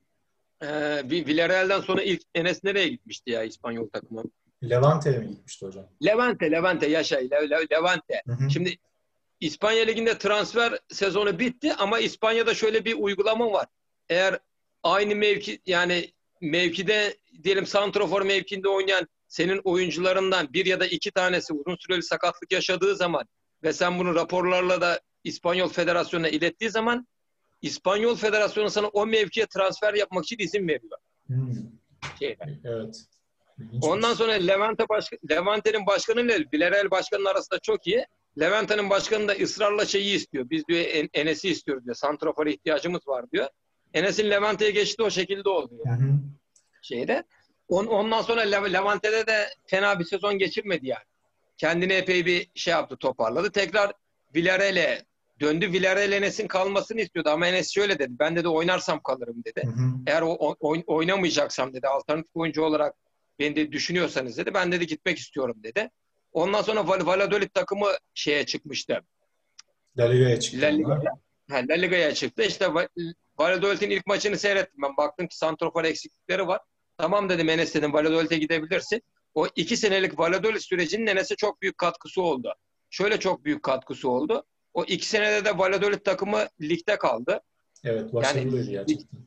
e, Villarreal'den sonra ilk Enes nereye gitmişti ya İspanyol takımı? Levante'ye mi gitmişti hocam? Levante, Levante yaşa, Le, Le, Levante. Hı hı. Şimdi İspanya Ligi'nde transfer sezonu bitti ama İspanya'da şöyle bir uygulama var. Eğer aynı mevki yani mevkide diyelim santrafor mevkinde oynayan senin oyuncularından bir ya da iki tanesi uzun süreli sakatlık yaşadığı zaman ve sen bunu raporlarla da İspanyol Federasyonu'na ilettiği zaman İspanyol Federasyonu sana o mevkiye transfer yapmak için izin veriyor. Hmm. Şeyden. Evet. İlginçmiş. Ondan sonra Levante baş, Levante'nin başkanıyla Villarreal başkanının arasında çok iyi. Levante'nin başkanı da ısrarla şeyi istiyor. Biz diyor en, Enes'i istiyoruz diyor. Santrafor'a ihtiyacımız var diyor. Enes'in Levante'ye geçti o şekilde oldu. Hı Yani. hı. Şeyde. On, ondan sonra Levante'de de fena bir sezon geçirmedi yani. Kendine epey bir şey yaptı, toparladı. Tekrar Villarreal'e döndü. Villarreal Enes'in kalmasını istiyordu ama Enes şöyle dedi. Ben de oynarsam kalırım dedi. Hı hı. Eğer o, o, oynamayacaksam dedi, alternatif oyuncu olarak beni de düşünüyorsanız dedi, ben dedi gitmek istiyorum dedi. Ondan sonra Val Valladolid takımı şeye çıkmıştı. La Liga'ya çıktı La onlar. Liga'ya. Ha, La Liga'ya çıktı. İşte Valladolid'in ilk maçını seyrettim ben. Baktım ki santrafor eksiklikleri var. Tamam dedim Enes dedim, Valladolid'e gidebilirsin. O iki senelik Valladolid sürecinin Enes'e çok büyük katkısı oldu. Şöyle çok büyük katkısı oldu. O iki senede de Valladolid takımı ligde kaldı. Evet, Yani başarılıydı lig, gerçekten.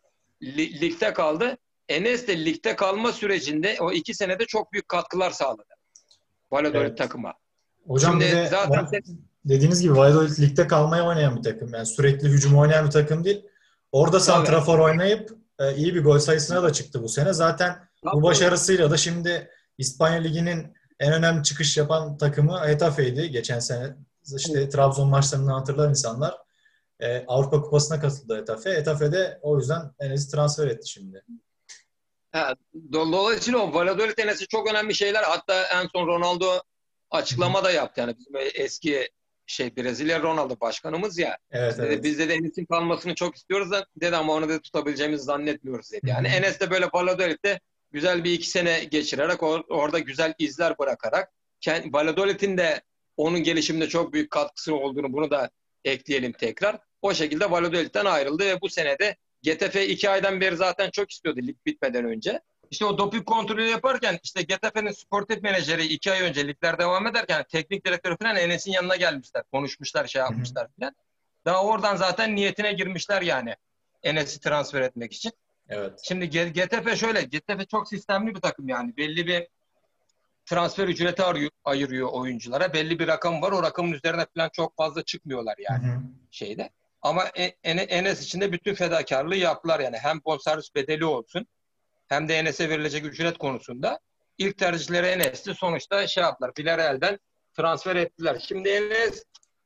li, ligde kaldı. Enes de ligde kalma sürecinde o iki senede çok büyük katkılar sağladı Valladolid Evet. takıma. Hocam bir Şimdi de zaten sen, dediğiniz gibi Valladolid ligde kalmaya oynayan bir takım. Yani sürekli hücum oynayan bir takım değil. Orada tabii, santrafor oynayıp e, iyi bir gol sayısına da çıktı bu sene. Zaten bu tabii, başarısıyla da şimdi İspanya Ligi'nin en önemli çıkış yapan takımı Getafe'ydi geçen sene. İşte Trabzon maçlarından hatırlar insanlar. E, Avrupa Kupası'na katıldı Getafe. Getafe de o yüzden Enes'i transfer etti şimdi. ha, dolayısıyla o Valladolid Enes'i çok önemli şeyler. Hatta en son Ronaldo açıklama da yaptı. Yani bizim eski şey Brezilya Ronaldo başkanımız ya. Evet, İşte de, evet. biz de Enes'in kalmasını çok istiyoruz da dedi ama onu da tutabileceğimizi zannetmiyoruz dedi. Hı Yani hı. Enes de böyle Valladolid'de güzel bir iki sene geçirerek or- orada güzel izler bırakarak kend- Valladolid'in de onun gelişiminde çok büyük katkısı olduğunu bunu da ekleyelim tekrar. O şekilde Valladolid'den ayrıldı ve bu senede Getafe iki aydan beri zaten çok istiyordu lig bitmeden önce. İşte o doping kontrolü yaparken işte Getafe'nin sportif menajeri iki ay önce ligler devam ederken teknik direktörü falan Enes'in yanına gelmişler. Konuşmuşlar, şey Hı hı. yapmışlar falan. Daha oradan zaten niyetine girmişler yani Enes'i transfer etmek için. Evet. Şimdi Getafe şöyle, Getafe çok sistemli bir takım yani. Belli bir transfer ücreti arıyor, ayırıyor oyunculara. Belli bir rakam var. O rakamın üzerine falan çok fazla çıkmıyorlar Hı yani hı. şeyde. Ama Enes için de bütün fedakarlığı yaptılar yani. Hem bonservis bedeli olsun hem de Enes'e verilecek ücret konusunda. İlk tercihleri Enes'ti. Sonuçta şey yaptılar. Villarreal'den transfer ettiler. Şimdi Enes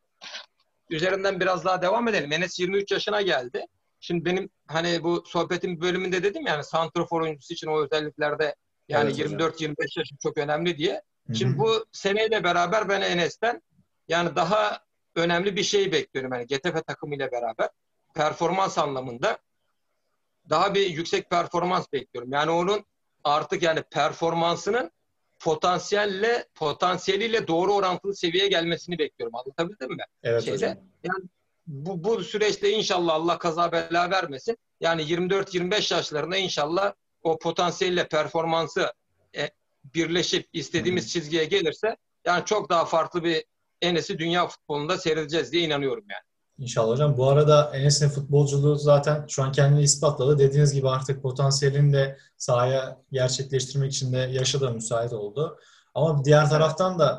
üzerinden biraz daha devam edelim. Enes yirmi üç yaşına geldi. Şimdi benim hani bu sohbetin bölümünde dedim yani santrafor oyuncusu için o özelliklerde yani Evet hocam. yirmi dört yirmi beş yaş çok önemli diye. Hı hı. Şimdi bu seneyle beraber ben Enes'ten yani daha önemli bir şey bekliyorum. Yani Getafe takımıyla beraber performans anlamında daha bir yüksek performans bekliyorum. Yani onun artık yani performansının potansiyelle potansiyeliyle doğru orantılı seviyeye gelmesini bekliyorum. Anlatabildim mi? Evet Şeyde. hocam. Yani bu, bu süreçte inşallah Allah kaza bela vermesin. Yani yirmi dört yirmi beş yaşlarında inşallah o potansiyelle performansı e, birleşip Hı hı. istediğimiz çizgiye gelirse yani çok daha farklı bir Enes'i dünya futbolunda seyredeceğiz diye inanıyorum yani. İnşallah hocam. Bu arada Enes'in futbolculuğu zaten şu an kendini ispatladı. Dediğiniz gibi artık potansiyelini de sahaya gerçekleştirmek için de yaşı da müsait oldu. Ama diğer Evet. taraftan da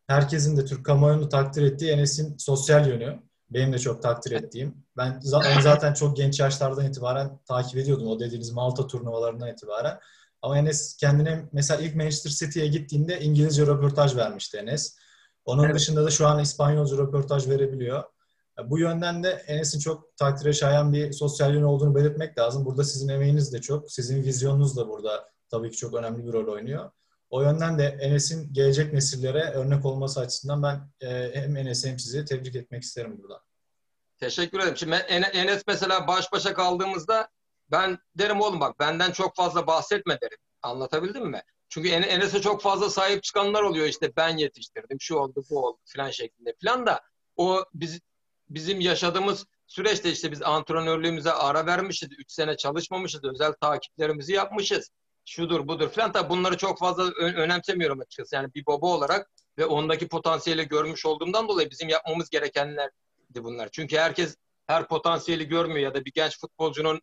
herkesin de Türk kamuoyunu takdir ettiği Enes'in sosyal yönü. Benim de çok takdir ettiğim. Ben onu zaten çok genç yaşlardan itibaren takip ediyordum. O dediğiniz Malta turnuvalarından itibaren. Ama Enes kendine mesela ilk Manchester City'ye gittiğinde İngilizce röportaj vermişti Enes. Onun Evet. dışında da şu an İspanyolca röportaj verebiliyor. Bu yönden de Enes'in çok takdire şayan bir sosyal yönü olduğunu belirtmek lazım. Burada sizin emeğiniz de çok, sizin vizyonunuz da burada tabii ki çok önemli bir rol oynuyor. O yönden de Enes'in gelecek nesillere örnek olması açısından ben e, hem Enes'i hem sizi tebrik etmek isterim burada. Teşekkür ederim. Şimdi Enes mesela baş başa kaldığımızda ben derim oğlum bak benden çok fazla bahsetme derim. Anlatabildim mi? Çünkü Enes'e çok fazla sahip çıkanlar oluyor işte ben yetiştirdim, şu oldu, bu oldu filan şeklinde filan da o biz, bizim yaşadığımız süreçte işte biz antrenörlüğümüze ara vermişiz, üç sene çalışmamışız, özel takiplerimizi yapmışız. Şudur budur filan da bunları çok fazla önemsemiyorum açıkçası. Yani bir baba olarak ve ondaki potansiyeli görmüş olduğumdan dolayı bizim yapmamız gerekenler bunlar. Çünkü herkes her potansiyeli görmüyor ya da bir genç futbolcunun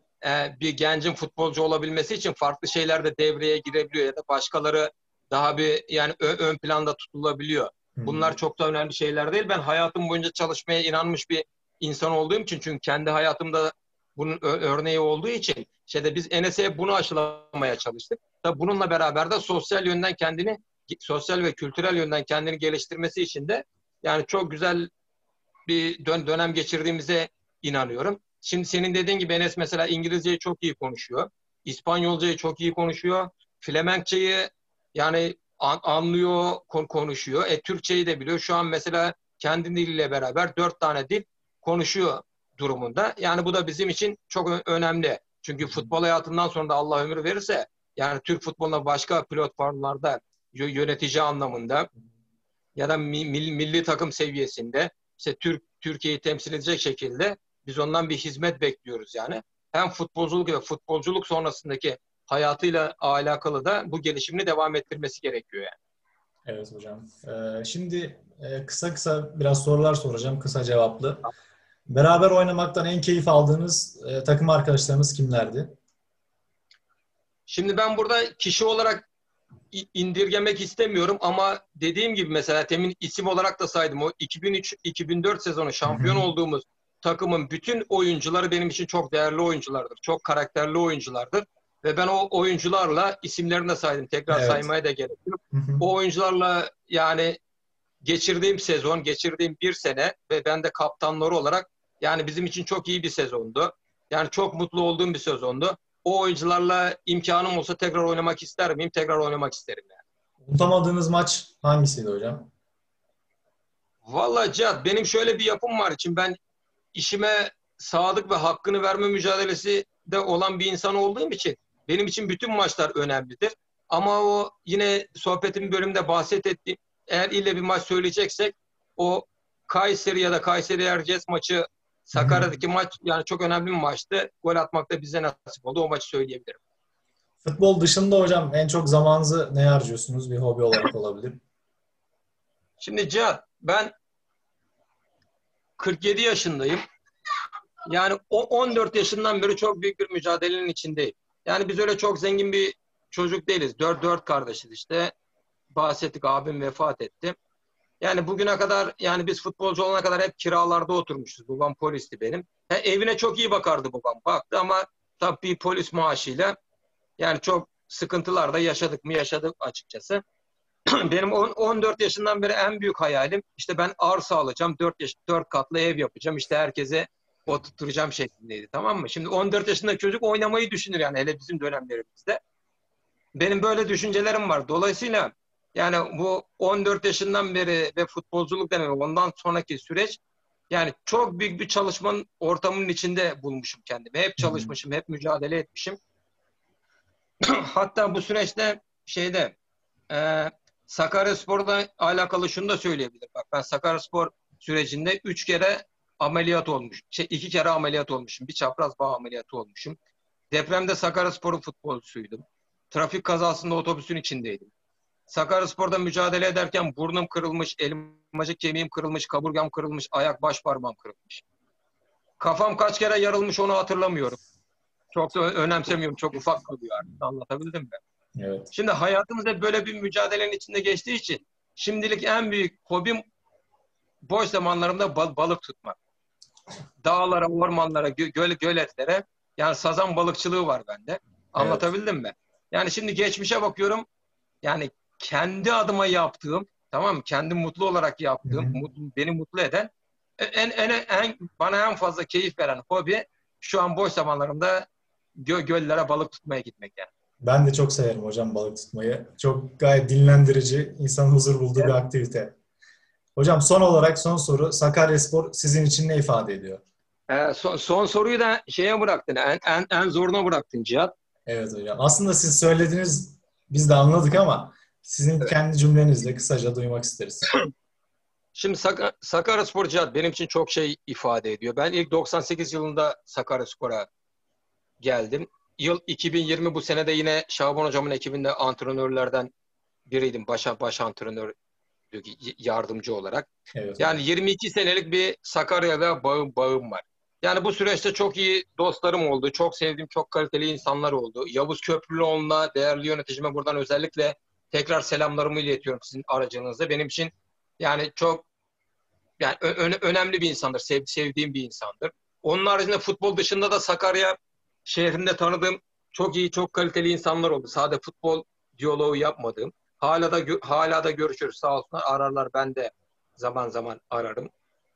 e, bir gencin futbolcu olabilmesi için farklı şeyler de devreye girebiliyor ya da başkaları daha bir yani ön, ön planda tutulabiliyor. Bunlar çok da önemli şeyler değil. Ben hayatım boyunca çalışmaya inanmış bir insan olduğum için çünkü kendi hayatımda bunun örneği olduğu için şeyde biz Enes'e bunu aşılamaya çalıştık. Tabii bununla beraber de sosyal yönden kendini sosyal ve kültürel yönden kendini geliştirmesi için de yani çok güzel bir dön dönem geçirdiğimize inanıyorum. Şimdi senin dediğin gibi Enes mesela İngilizceyi çok iyi konuşuyor. İspanyolcayı çok iyi konuşuyor. Flemenkçeyi yani an anlıyor, kon konuşuyor. E, Türkçeyi de biliyor. Şu an mesela kendi diliyle beraber dört tane dil konuşuyor durumunda. Yani bu da bizim için çok önemli. Çünkü futbol hayatından sonra da Allah ömür verirse yani Türk futboluna başka platformlarda yönetici anlamında ya da milli, milli takım seviyesinde işte Türk Türkiye'yi temsil edecek şekilde biz ondan bir hizmet bekliyoruz yani. Hem futbolculuk ve futbolculuk sonrasındaki hayatıyla alakalı da bu gelişimini devam ettirmesi gerekiyor yani. Evet hocam. Ee, şimdi e, kısa kısa biraz sorular soracağım. Kısa cevaplı. Beraber oynamaktan en keyif aldığınız e, takım arkadaşlarınız kimlerdi? Şimdi ben burada kişi olarak indirgemek istemiyorum ama dediğim gibi mesela temin isim olarak da saydım. O iki bin üç iki bin dört sezonu şampiyon Hı hı. olduğumuz takımın bütün oyuncuları benim için çok değerli oyunculardır. Çok karakterli oyunculardır. Ve ben o oyuncularla isimlerini de saydım. Tekrar Evet. saymaya da gerek yok. Hı hı. O oyuncularla yani geçirdiğim sezon, geçirdiğim bir sene ve ben de kaptanları olarak yani bizim için çok iyi bir sezondu. Yani çok mutlu olduğum bir sezondu. O oyuncularla imkanım olsa tekrar oynamak ister miyim? Tekrar oynamak isterim yani. Unutamadığınız maç hangisiydi hocam? Vallahi Cihat benim şöyle bir yapım var için ben işime sadık ve hakkını verme mücadelesi de olan bir insan olduğum için benim için bütün maçlar önemlidir. Ama o yine sohbetin bölümünde bahsettiğim eğer ille bir maç söyleyeceksek o Kayseri ya da Kayseri Erciyes maçı Hı hı. Sakarya'daki maç yani çok önemli bir maçtı. Gol atmak da bize nasip oldu. O maçı söyleyebilirim. Futbol dışında hocam en çok zamanınızı ne harcıyorsunuz? Bir hobi olarak olabilir. Şimdi Cihat ben kırk yedi yaşındayım. Yani o on dört yaşından beri çok büyük bir mücadelenin içindeyim. Yani biz öyle çok zengin bir çocuk değiliz. Dört, dört kardeşiz işte. Bahsettik abim vefat etti. Yani bugüne kadar yani biz futbolcu olana kadar hep kiralarda oturmuşuz. Babam polisti benim. Yani evine çok iyi bakardı babam. Baktı ama tabii bir polis maaşıyla yani çok sıkıntılar da yaşadık mı yaşadık açıkçası. Benim on dört yaşından beri en büyük hayalim işte ben arsa alacağım. dört, yaş, dört katlı ev yapacağım. İşte herkese oturtturacağım şeklindeydi, tamam mı? Şimdi on dört yaşındaki çocuk oynamayı düşünür yani hele bizim dönemlerimizde. Benim böyle düşüncelerim var. Dolayısıyla yani bu on dört yaşından beri ve futbolculuk demek ondan sonraki süreç yani çok büyük bir çalışmanın ortamının içinde bulmuşum kendimi. Hep Hı hı. çalışmışım, hep mücadele etmişim. Hatta bu süreçte şeyde e, Sakaryaspor'la alakalı şunu da söyleyebilirim. Bak ben Sakaryaspor sürecinde üç kere ameliyat olmuş. Şey, iki kere ameliyat olmuşum. Bir çapraz bağ ameliyatı olmuşum. Depremde Sakaryaspor'un futbolcusuydum. Trafik kazasında otobüsün içindeydim. Sakaryaspor'da mücadele ederken burnum kırılmış, elmacık kemiğim kırılmış, kaburgam kırılmış, ayak baş parmağım kırılmış. Kafam kaç kere yarılmış onu hatırlamıyorum. Çok da önemsemiyorum. Çok ufak kalıyor artık. Anlatabildim mi? Evet. Şimdi hayatımızda böyle bir mücadelenin içinde geçtiği için şimdilik en büyük hobim boş zamanlarımda bal- balık tutmak. Dağlara, ormanlara, gö- göl göletlere, yani sazan balıkçılığı var bende. Evet. Anlatabildim mi? Yani şimdi geçmişe bakıyorum. Yani kendi adıma yaptığım, tamam mı? Kendi mutlu olarak Hı yaptığım, hı. mutlu, beni mutlu eden, en, en, en, bana en fazla keyif veren hobi şu an boş zamanlarımda gö göllere balık tutmaya gitmek yani. Ben de çok severim hocam balık tutmayı. Çok gayet dinlendirici, insanın huzur bulduğu bir Evet. aktivite. Hocam son olarak son soru. Sakaryaspor sizin için ne ifade ediyor? Ee, son, son soruyu da şeye bıraktın, en, en, en zoruna bıraktın Cihat. Evet hocam. Aslında siz söylediniz, biz de anladık ama sizin Evet. kendi cümlenizle kısaca duymak isteriz. Şimdi Sak Sakaryaspor Cihat benim için çok şey ifade ediyor. Ben ilk doksan sekiz yılında Sakaryaspor'a geldim. Yıl iki bin yirmi, bu sene de yine Şaban Hocam'ın ekibinde antrenörlerden biriydim. Baş, baş antrenör, yardımcı olarak. Evet hocam. Yani yirmi iki senelik bir Sakarya'da bağım, bağım var. Yani bu süreçte çok iyi dostlarım oldu. Çok sevdiğim, çok kaliteli insanlar oldu. Yavuz Köprülüoğlu'na, değerli yöneticime buradan özellikle tekrar selamlarımı iletiyorum sizin aracınızda. Benim için yani çok yani ö- önemli bir insandır. Sev sevdiğim bir insandır. Onun haricinde futbol dışında da Sakarya şehrinde tanıdığım çok iyi, çok kaliteli insanlar oldu. Sadece futbol diyaloğu yapmadığım. Hala da hala da görüşürüz. Sağ olsunlar. Ararlar. Ben de zaman zaman ararım.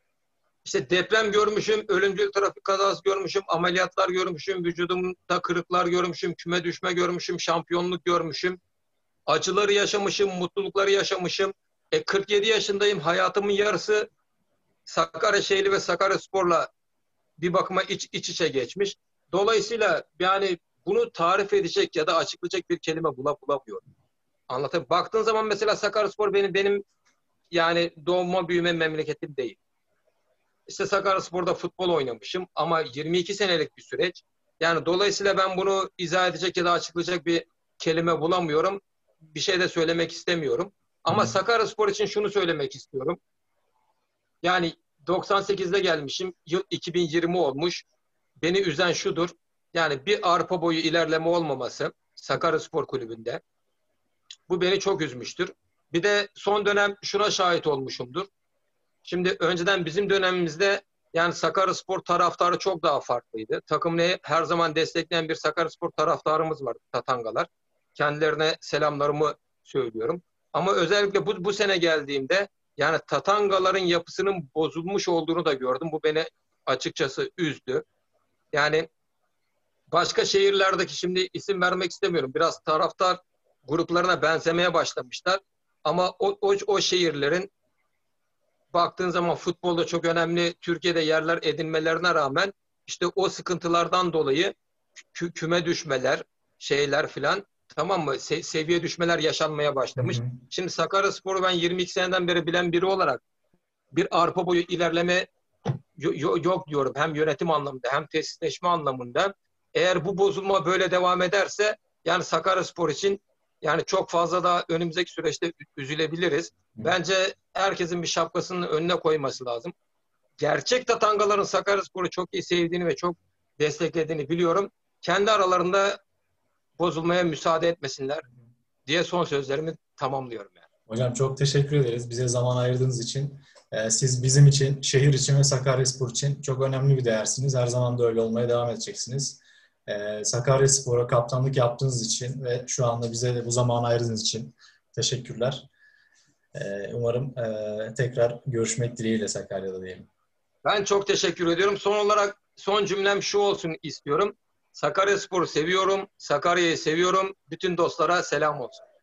İşte deprem görmüşüm, ölümcül trafik kazası görmüşüm, ameliyatlar görmüşüm, vücudumda kırıklar görmüşüm, küme düşme görmüşüm, şampiyonluk görmüşüm. Acıları yaşamışım, mutlulukları yaşamışım. E, kırk yedi yaşındayım. Hayatımın yarısı Sakarya Şehri ve Sakaryaspor'la bir bakıma iç, iç içe geçmiş. Dolayısıyla yani bunu tarif edecek ya da açıklayacak bir kelime bula, bulamıyorum. Anlatayım. Baktığın zaman mesela Sakaryaspor benim benim yani doğma büyüme memleketim değil. İşte Sakaryaspor'da futbol oynamışım ama yirmi iki senelik bir süreç. Yani dolayısıyla ben bunu izah edecek ya da açıklayacak bir kelime bulamıyorum. Bir şey de söylemek istemiyorum. Hı Ama hı. Sakaryaspor için şunu söylemek istiyorum. Yani doksan sekizde gelmişim. Yıl iki bin yirmi olmuş. Beni üzen şudur. Yani bir arpa boyu ilerleme olmaması Sakaryaspor Kulübü'nde. Bu beni çok üzmüştür. Bir de son dönem şuna şahit olmuşumdur. Şimdi önceden bizim dönemimizde yani Sakaryaspor taraftarı çok daha farklıydı. Takımını her zaman destekleyen bir Sakaryaspor taraftarımız var, Tatangalar. Kendilerine selamlarımı söylüyorum. Ama özellikle bu, bu sene geldiğimde yani Tatangaların yapısının bozulmuş olduğunu da gördüm. Bu beni açıkçası üzdü. Yani başka şehirlerdeki, şimdi isim vermek istemiyorum, biraz taraftar gruplarına benzemeye başlamışlar. Ama o, o, o şehirlerin baktığın zaman futbolda çok önemli Türkiye'de yerler edinmelerine rağmen işte o sıkıntılardan dolayı kü küme düşmeler, şeyler filan, tamam mı? Se seviye düşmeler yaşanmaya Hı başlamış. hı. Şimdi Sakaryaspor'u ben yirmi iki seneden beri bilen biri olarak bir arpa boyu ilerleme yok diyorum. Hem yönetim anlamında hem tesisleşme anlamında. Eğer bu bozulma böyle devam ederse yani Sakaryaspor için yani çok fazla da önümüzdeki süreçte üzülebiliriz. Bence herkesin bir şapkasının önüne koyması lazım. Gerçek Tatangaların Sakaryaspor'u çok iyi sevdiğini ve çok desteklediğini biliyorum. Kendi aralarında bozulmaya müsaade etmesinler diye son sözlerimi tamamlıyorum yani. Hocam çok teşekkür ederiz bize zaman ayırdığınız için. Ee, Siz bizim için, şehir için ve Sakaryaspor için çok önemli bir değersiniz. Her zaman da öyle olmaya devam edeceksiniz. Ee, Sakaryaspor'a kaptanlık yaptığınız için ve şu anda bize de bu zamanı ayırdığınız için teşekkürler. Ee, Umarım e, tekrar görüşmek dileğiyle Sakarya'da diyelim. Ben çok teşekkür ediyorum. Son olarak son cümlem şu olsun istiyorum. Sakaryaspor'u seviyorum. Sakarya'yı seviyorum. Bütün dostlara selam olsun.